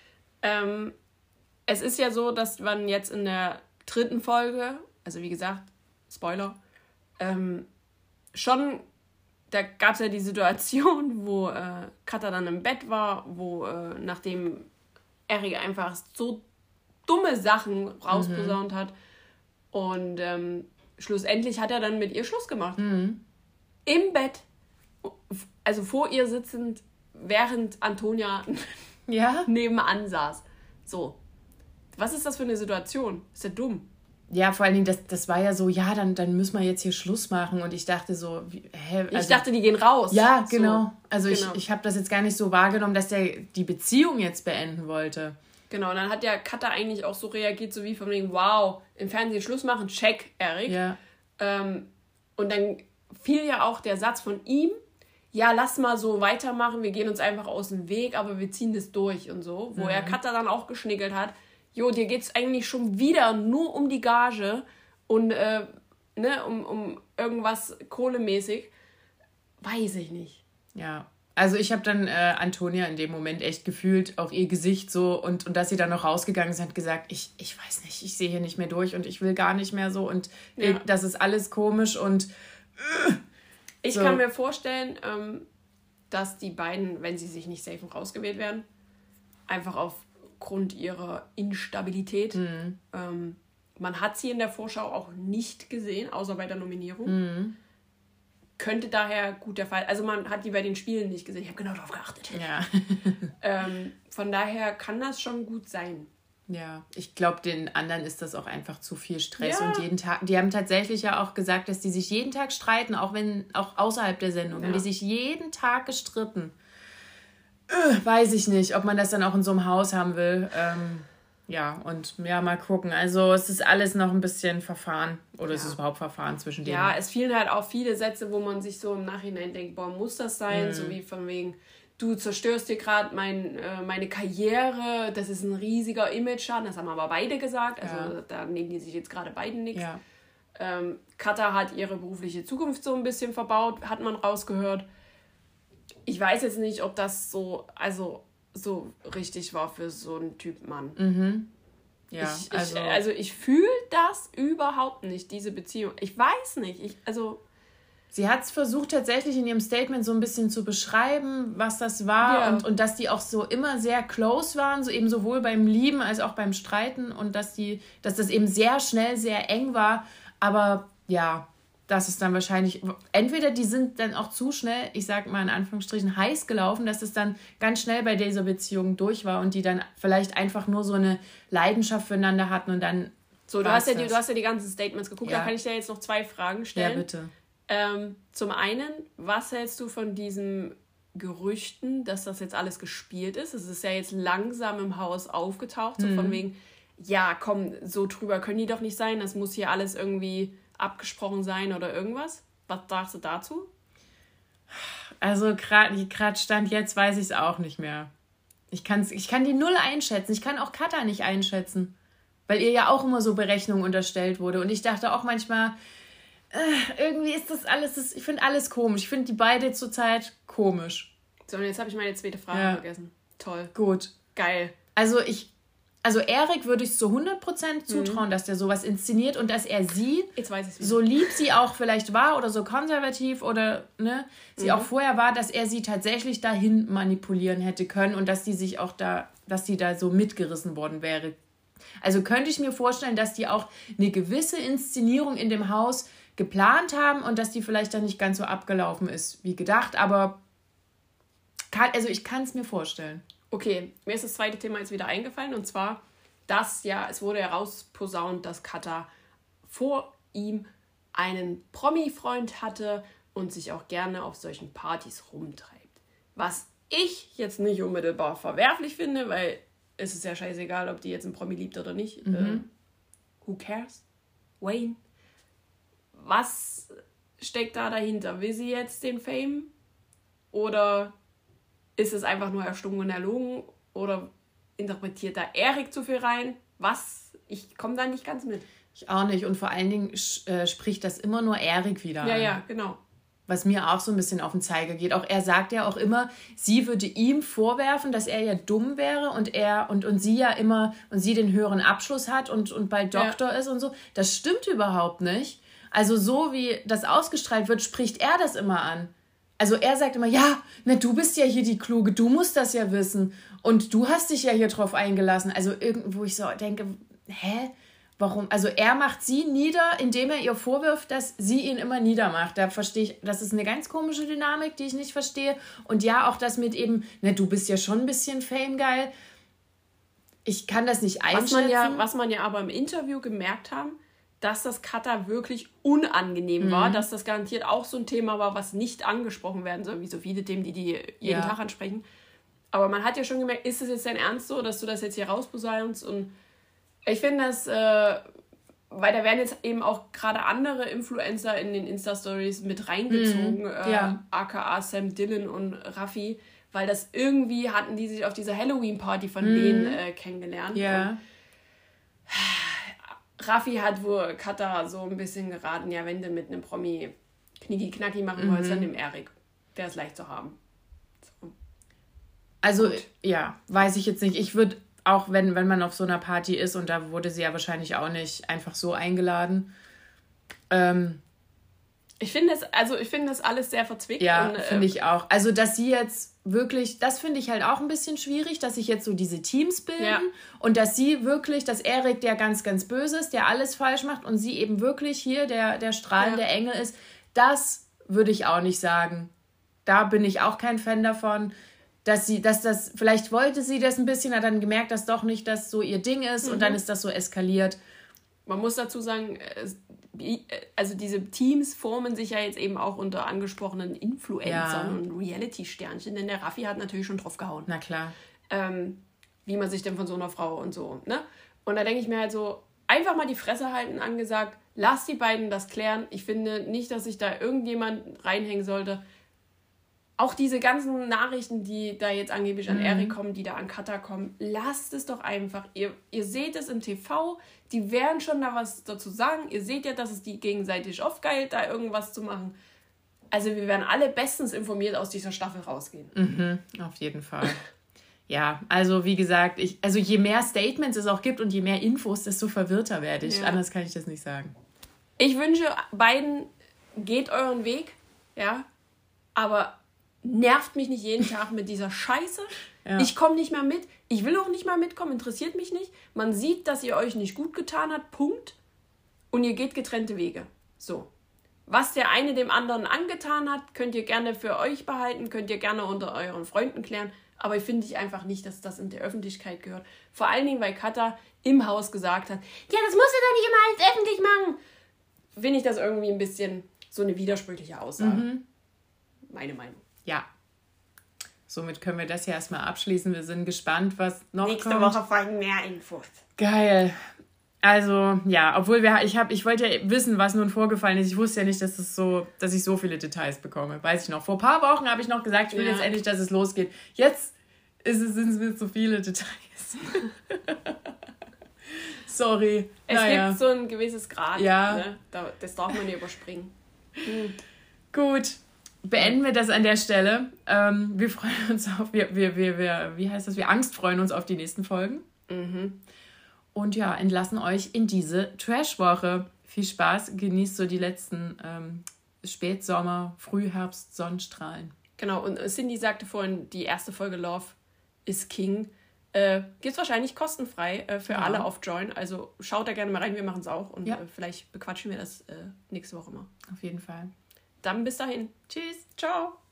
Speaker 1: Es ist ja so, dass man jetzt in der 3. Folge, also wie gesagt, Spoiler, schon, da gab es ja die Situation, wo Katha dann im Bett war, wo nachdem Erik einfach so dumme Sachen rausposaunt hat und schlussendlich hat er dann mit ihr Schluss gemacht. Im Bett, also vor ihr sitzend, während Antonia nebenan saß. So. Was ist das für eine Situation? Ist ja dumm.
Speaker 2: Ja, vor allen Dingen, das war ja so, dann müssen wir jetzt hier Schluss machen. Und ich dachte so,
Speaker 1: ich dachte, die gehen raus.
Speaker 2: Ja, genau. So. Also ich habe das jetzt gar nicht so wahrgenommen, dass der die Beziehung jetzt beenden wollte.
Speaker 1: Genau, und dann hat ja Katha eigentlich auch so reagiert, so wie von wegen, wow, im Fernsehen Schluss machen, check, Erik. Ja. Und dann fiel ja auch der Satz von ihm, ja, lass mal so weitermachen, wir gehen uns einfach aus dem Weg, aber wir ziehen das durch und so. Wo er Katha dann auch geschnickelt hat, jo, dir geht's eigentlich schon wieder nur um die Gage und um irgendwas kohlemäßig. Weiß ich nicht.
Speaker 2: Ja, also ich habe dann Antonia in dem Moment echt gefühlt auf ihr Gesicht so und dass sie dann noch rausgegangen ist, hat gesagt, ich weiß nicht, ich sehe hier nicht mehr durch und ich will gar nicht mehr so und das ist alles komisch und
Speaker 1: ich kann mir vorstellen, dass die beiden, wenn sie sich nicht safe und rausgewählt werden, einfach aufgrund ihrer Instabilität, man hat sie in der Vorschau auch nicht gesehen, außer bei der Nominierung, könnte daher gut der Fall, also man hat die bei den Spielen nicht gesehen, ich habe genau darauf geachtet. Ja. Von daher kann das schon gut sein.
Speaker 2: Ja, ich glaube, den anderen ist das auch einfach zu viel Stress und jeden Tag, die haben tatsächlich ja auch gesagt, dass die sich jeden Tag streiten, auch außerhalb der Sendung, haben die sich jeden Tag gestritten. Weiß ich nicht, ob man das dann auch in so einem Haus haben will. Mal gucken. Also es ist alles noch ein bisschen Verfahren oder es ist überhaupt Verfahren zwischen denen.
Speaker 1: Ja, es fielen halt auch viele Sätze, wo man sich so im Nachhinein denkt, boah, muss das sein? So wie von wegen, du zerstörst dir gerade meine Karriere, das ist ein riesiger Image-Schaden, das haben aber beide gesagt, also da nehmen die sich jetzt gerade beiden nichts. Ja. Katha hat ihre berufliche Zukunft so ein bisschen verbaut, hat man rausgehört. Ich weiß jetzt nicht, ob das so richtig war für so einen Typ Mann. Ja, ich fühle das überhaupt nicht, diese Beziehung. Ich weiß nicht,
Speaker 2: sie hat es versucht tatsächlich in ihrem Statement so ein bisschen zu beschreiben, was das war und dass die auch so immer sehr close waren, so eben sowohl beim Lieben als auch beim Streiten und dass das eben sehr schnell sehr eng war, aber ja, das ist dann wahrscheinlich, entweder die sind dann auch zu schnell, ich sag mal in Anführungsstrichen, heiß gelaufen, dass es dann ganz schnell bei dieser Beziehung durch war und die dann vielleicht einfach nur so eine Leidenschaft füreinander hatten und dann
Speaker 1: so, du hast ja die ganzen Statements geguckt, da kann ich dir jetzt noch 2 Fragen stellen.
Speaker 2: Ja, bitte.
Speaker 1: Zum einen, was hältst du von diesen Gerüchten, dass das jetzt alles gespielt ist? Es ist ja jetzt langsam im Haus aufgetaucht, so von wegen, ja, komm, so drüber können die doch nicht sein, das muss hier alles irgendwie abgesprochen sein oder irgendwas. Was sagst du dazu?
Speaker 2: Also gerade Stand jetzt weiß ich es auch nicht mehr. Ich kann die null einschätzen. Ich kann auch Katha nicht einschätzen, weil ihr ja auch immer so Berechnung unterstellt wurde. Und ich dachte auch manchmal, irgendwie ist das alles, ich finde alles komisch. Ich finde die beide zurzeit komisch.
Speaker 1: So, und jetzt habe ich meine zweite Frage vergessen. Toll.
Speaker 2: Gut.
Speaker 1: Geil.
Speaker 2: Also Erik würde ich zu 100% zutrauen, dass der sowas inszeniert und dass er sie, so lieb sie auch vielleicht war oder so konservativ oder sie auch vorher war, dass er sie tatsächlich dahin manipulieren hätte können und dass die sich auch dass sie da so mitgerissen worden wäre. Also könnte ich mir vorstellen, dass die auch eine gewisse Inszenierung in dem Haus geplant haben und dass die vielleicht dann nicht ganz so abgelaufen ist wie gedacht, aber ich kann es mir vorstellen.
Speaker 1: Okay, mir ist das zweite Thema jetzt wieder eingefallen und zwar, es wurde herausposaunt, dass Katha vor ihm einen Promi-Freund hatte und sich auch gerne auf solchen Partys rumtreibt. Was ich jetzt nicht unmittelbar verwerflich finde, weil es ist ja scheißegal, ob die jetzt einen Promi liebt oder nicht. Who cares? Wayne. Was steckt da dahinter? Will sie jetzt den Fame? Oder ist es einfach nur erstunken und erlogen? Oder interpretiert da Erik zu viel rein? Ich komme da nicht ganz mit.
Speaker 2: Ich auch nicht. Und vor allen Dingen spricht das immer nur Erik wieder an.
Speaker 1: Ja, genau.
Speaker 2: Was mir auch so ein bisschen auf den Zeiger geht. Auch er sagt ja auch immer, sie würde ihm vorwerfen, dass er ja dumm wäre und sie ja immer und sie den höheren Abschluss hat und bald Doktor ist und so. Das stimmt überhaupt nicht. Also so wie das ausgestrahlt wird, spricht er das immer an. Also er sagt immer, du bist ja hier die Kluge, du musst das ja wissen. Und du hast dich ja hier drauf eingelassen. Also irgendwo ich so denke, warum? Also er macht sie nieder, indem er ihr vorwirft, dass sie ihn immer niedermacht. Da verstehe ich, das ist eine ganz komische Dynamik, die ich nicht verstehe. Und ja, auch das mit eben, du bist ja schon ein bisschen famegeil. Ich kann das nicht einschätzen.
Speaker 1: Was man ja aber im Interview gemerkt haben, dass das Katha wirklich unangenehm war, dass das garantiert auch so ein Thema war, was nicht angesprochen werden soll, wie so viele Themen, die jeden Tag ansprechen. Aber man hat ja schon gemerkt, ist es jetzt dein Ernst so, dass du das jetzt hier rausposaunst? Und ich finde das weil da werden jetzt eben auch gerade andere Influencer in den Insta-Stories mit reingezogen, aka Sam Dillon und Raffi, weil das irgendwie hatten die sich auf dieser Halloween-Party von denen kennengelernt.
Speaker 2: Ja.
Speaker 1: Raffi hat wohl Katha so ein bisschen geraten, ja, wenn du mit einem Promi Knicki-Knacki machen wolltest, dann nimm Erik. Der ist leicht zu haben. So.
Speaker 2: Also, ja, weiß ich jetzt nicht. Ich würde auch, wenn man auf so einer Party ist, und da wurde sie ja wahrscheinlich auch nicht einfach so eingeladen.
Speaker 1: Ich finde das alles sehr verzwickt.
Speaker 2: Ja, finde ich auch. Also, dass sie jetzt wirklich, das finde ich halt auch ein bisschen schwierig, dass sich jetzt so diese Teams bilden und dass sie wirklich, dass Erik der ganz, ganz böse ist, der alles falsch macht und sie eben wirklich hier der strahlende Engel ist, das würde ich auch nicht sagen. Da bin ich auch kein Fan davon. Vielleicht wollte sie das ein bisschen, hat dann gemerkt, dass doch nicht das so ihr Ding ist und dann ist das so eskaliert.
Speaker 1: Man muss dazu sagen, also diese Teams formen sich ja jetzt eben auch unter angesprochenen Influencern und Reality-Sternchen, denn der Raffi hat natürlich schon drauf gehauen.
Speaker 2: Na klar.
Speaker 1: Wie man sich denn von so einer Frau und so, ne? Und da denke ich mir halt so, einfach mal die Fresse halten, angesagt, lass die beiden das klären. Ich finde nicht, dass sich da irgendjemand reinhängen sollte. Auch diese ganzen Nachrichten, die da jetzt angeblich an Erik kommen, die da an Katha kommen, lasst es doch einfach. Ihr seht es im TV, die werden schon da was dazu sagen. Ihr seht ja, dass es die gegenseitig aufgeilt, da irgendwas zu machen. Also wir werden alle bestens informiert aus dieser Staffel rausgehen.
Speaker 2: Mhm, auf jeden Fall. Ja, also wie gesagt, je mehr Statements es auch gibt und je mehr Infos, desto verwirrter werde ich. Ja. Anders kann ich das nicht sagen.
Speaker 1: Ich wünsche beiden, geht euren Weg, ja, aber nervt mich nicht jeden Tag mit dieser Scheiße. Ja. Ich komme nicht mehr mit. Ich will auch nicht mehr mitkommen. Interessiert mich nicht. Man sieht, dass ihr euch nicht gut getan habt. Punkt. Und ihr geht getrennte Wege. So. Was der eine dem anderen angetan hat, könnt ihr gerne für euch behalten. Könnt ihr gerne unter euren Freunden klären. Aber ich finde einfach nicht, dass das in der Öffentlichkeit gehört. Vor allen Dingen, weil Katha im Haus gesagt hat, ja, das musst du doch nicht immer alles öffentlich machen. Finde ich das irgendwie ein bisschen so eine widersprüchliche Aussage. Meine Meinung.
Speaker 2: Ja. Somit können wir das hier erstmal abschließen. Wir sind gespannt, was noch
Speaker 1: Nächste
Speaker 2: kommt.
Speaker 1: Woche folgen mehr Infos.
Speaker 2: Geil. Also, ja, obwohl ich wollte ja wissen, was nun vorgefallen ist. Ich wusste ja nicht, dass ich so viele Details bekomme. Weiß ich noch. Vor ein paar Wochen habe ich noch gesagt, ich will jetzt endlich, dass es losgeht. Jetzt sind es mir zu viele Details. Sorry.
Speaker 1: Es gibt so ein gewisses Grad.
Speaker 2: Ja.
Speaker 1: Ne? Das darf man nicht überspringen.
Speaker 2: Gut. Beenden wir das an der Stelle. Wir freuen uns auf, wie heißt das? Wir angstfreuen uns auf die nächsten Folgen. Und ja, entlassen euch in diese Trash-Woche. Viel Spaß, genießt so die letzten Spätsommer-, Frühherbst-, Sonnenstrahlen.
Speaker 1: Genau, und Cindy sagte vorhin, die erste Folge Love is King gibt es wahrscheinlich kostenfrei für alle auf Join. Also schaut da gerne mal rein, wir machen es auch. Und vielleicht bequatschen wir das nächste Woche mal.
Speaker 2: Auf jeden Fall.
Speaker 1: Dann bis dahin. Tschüss. Ciao.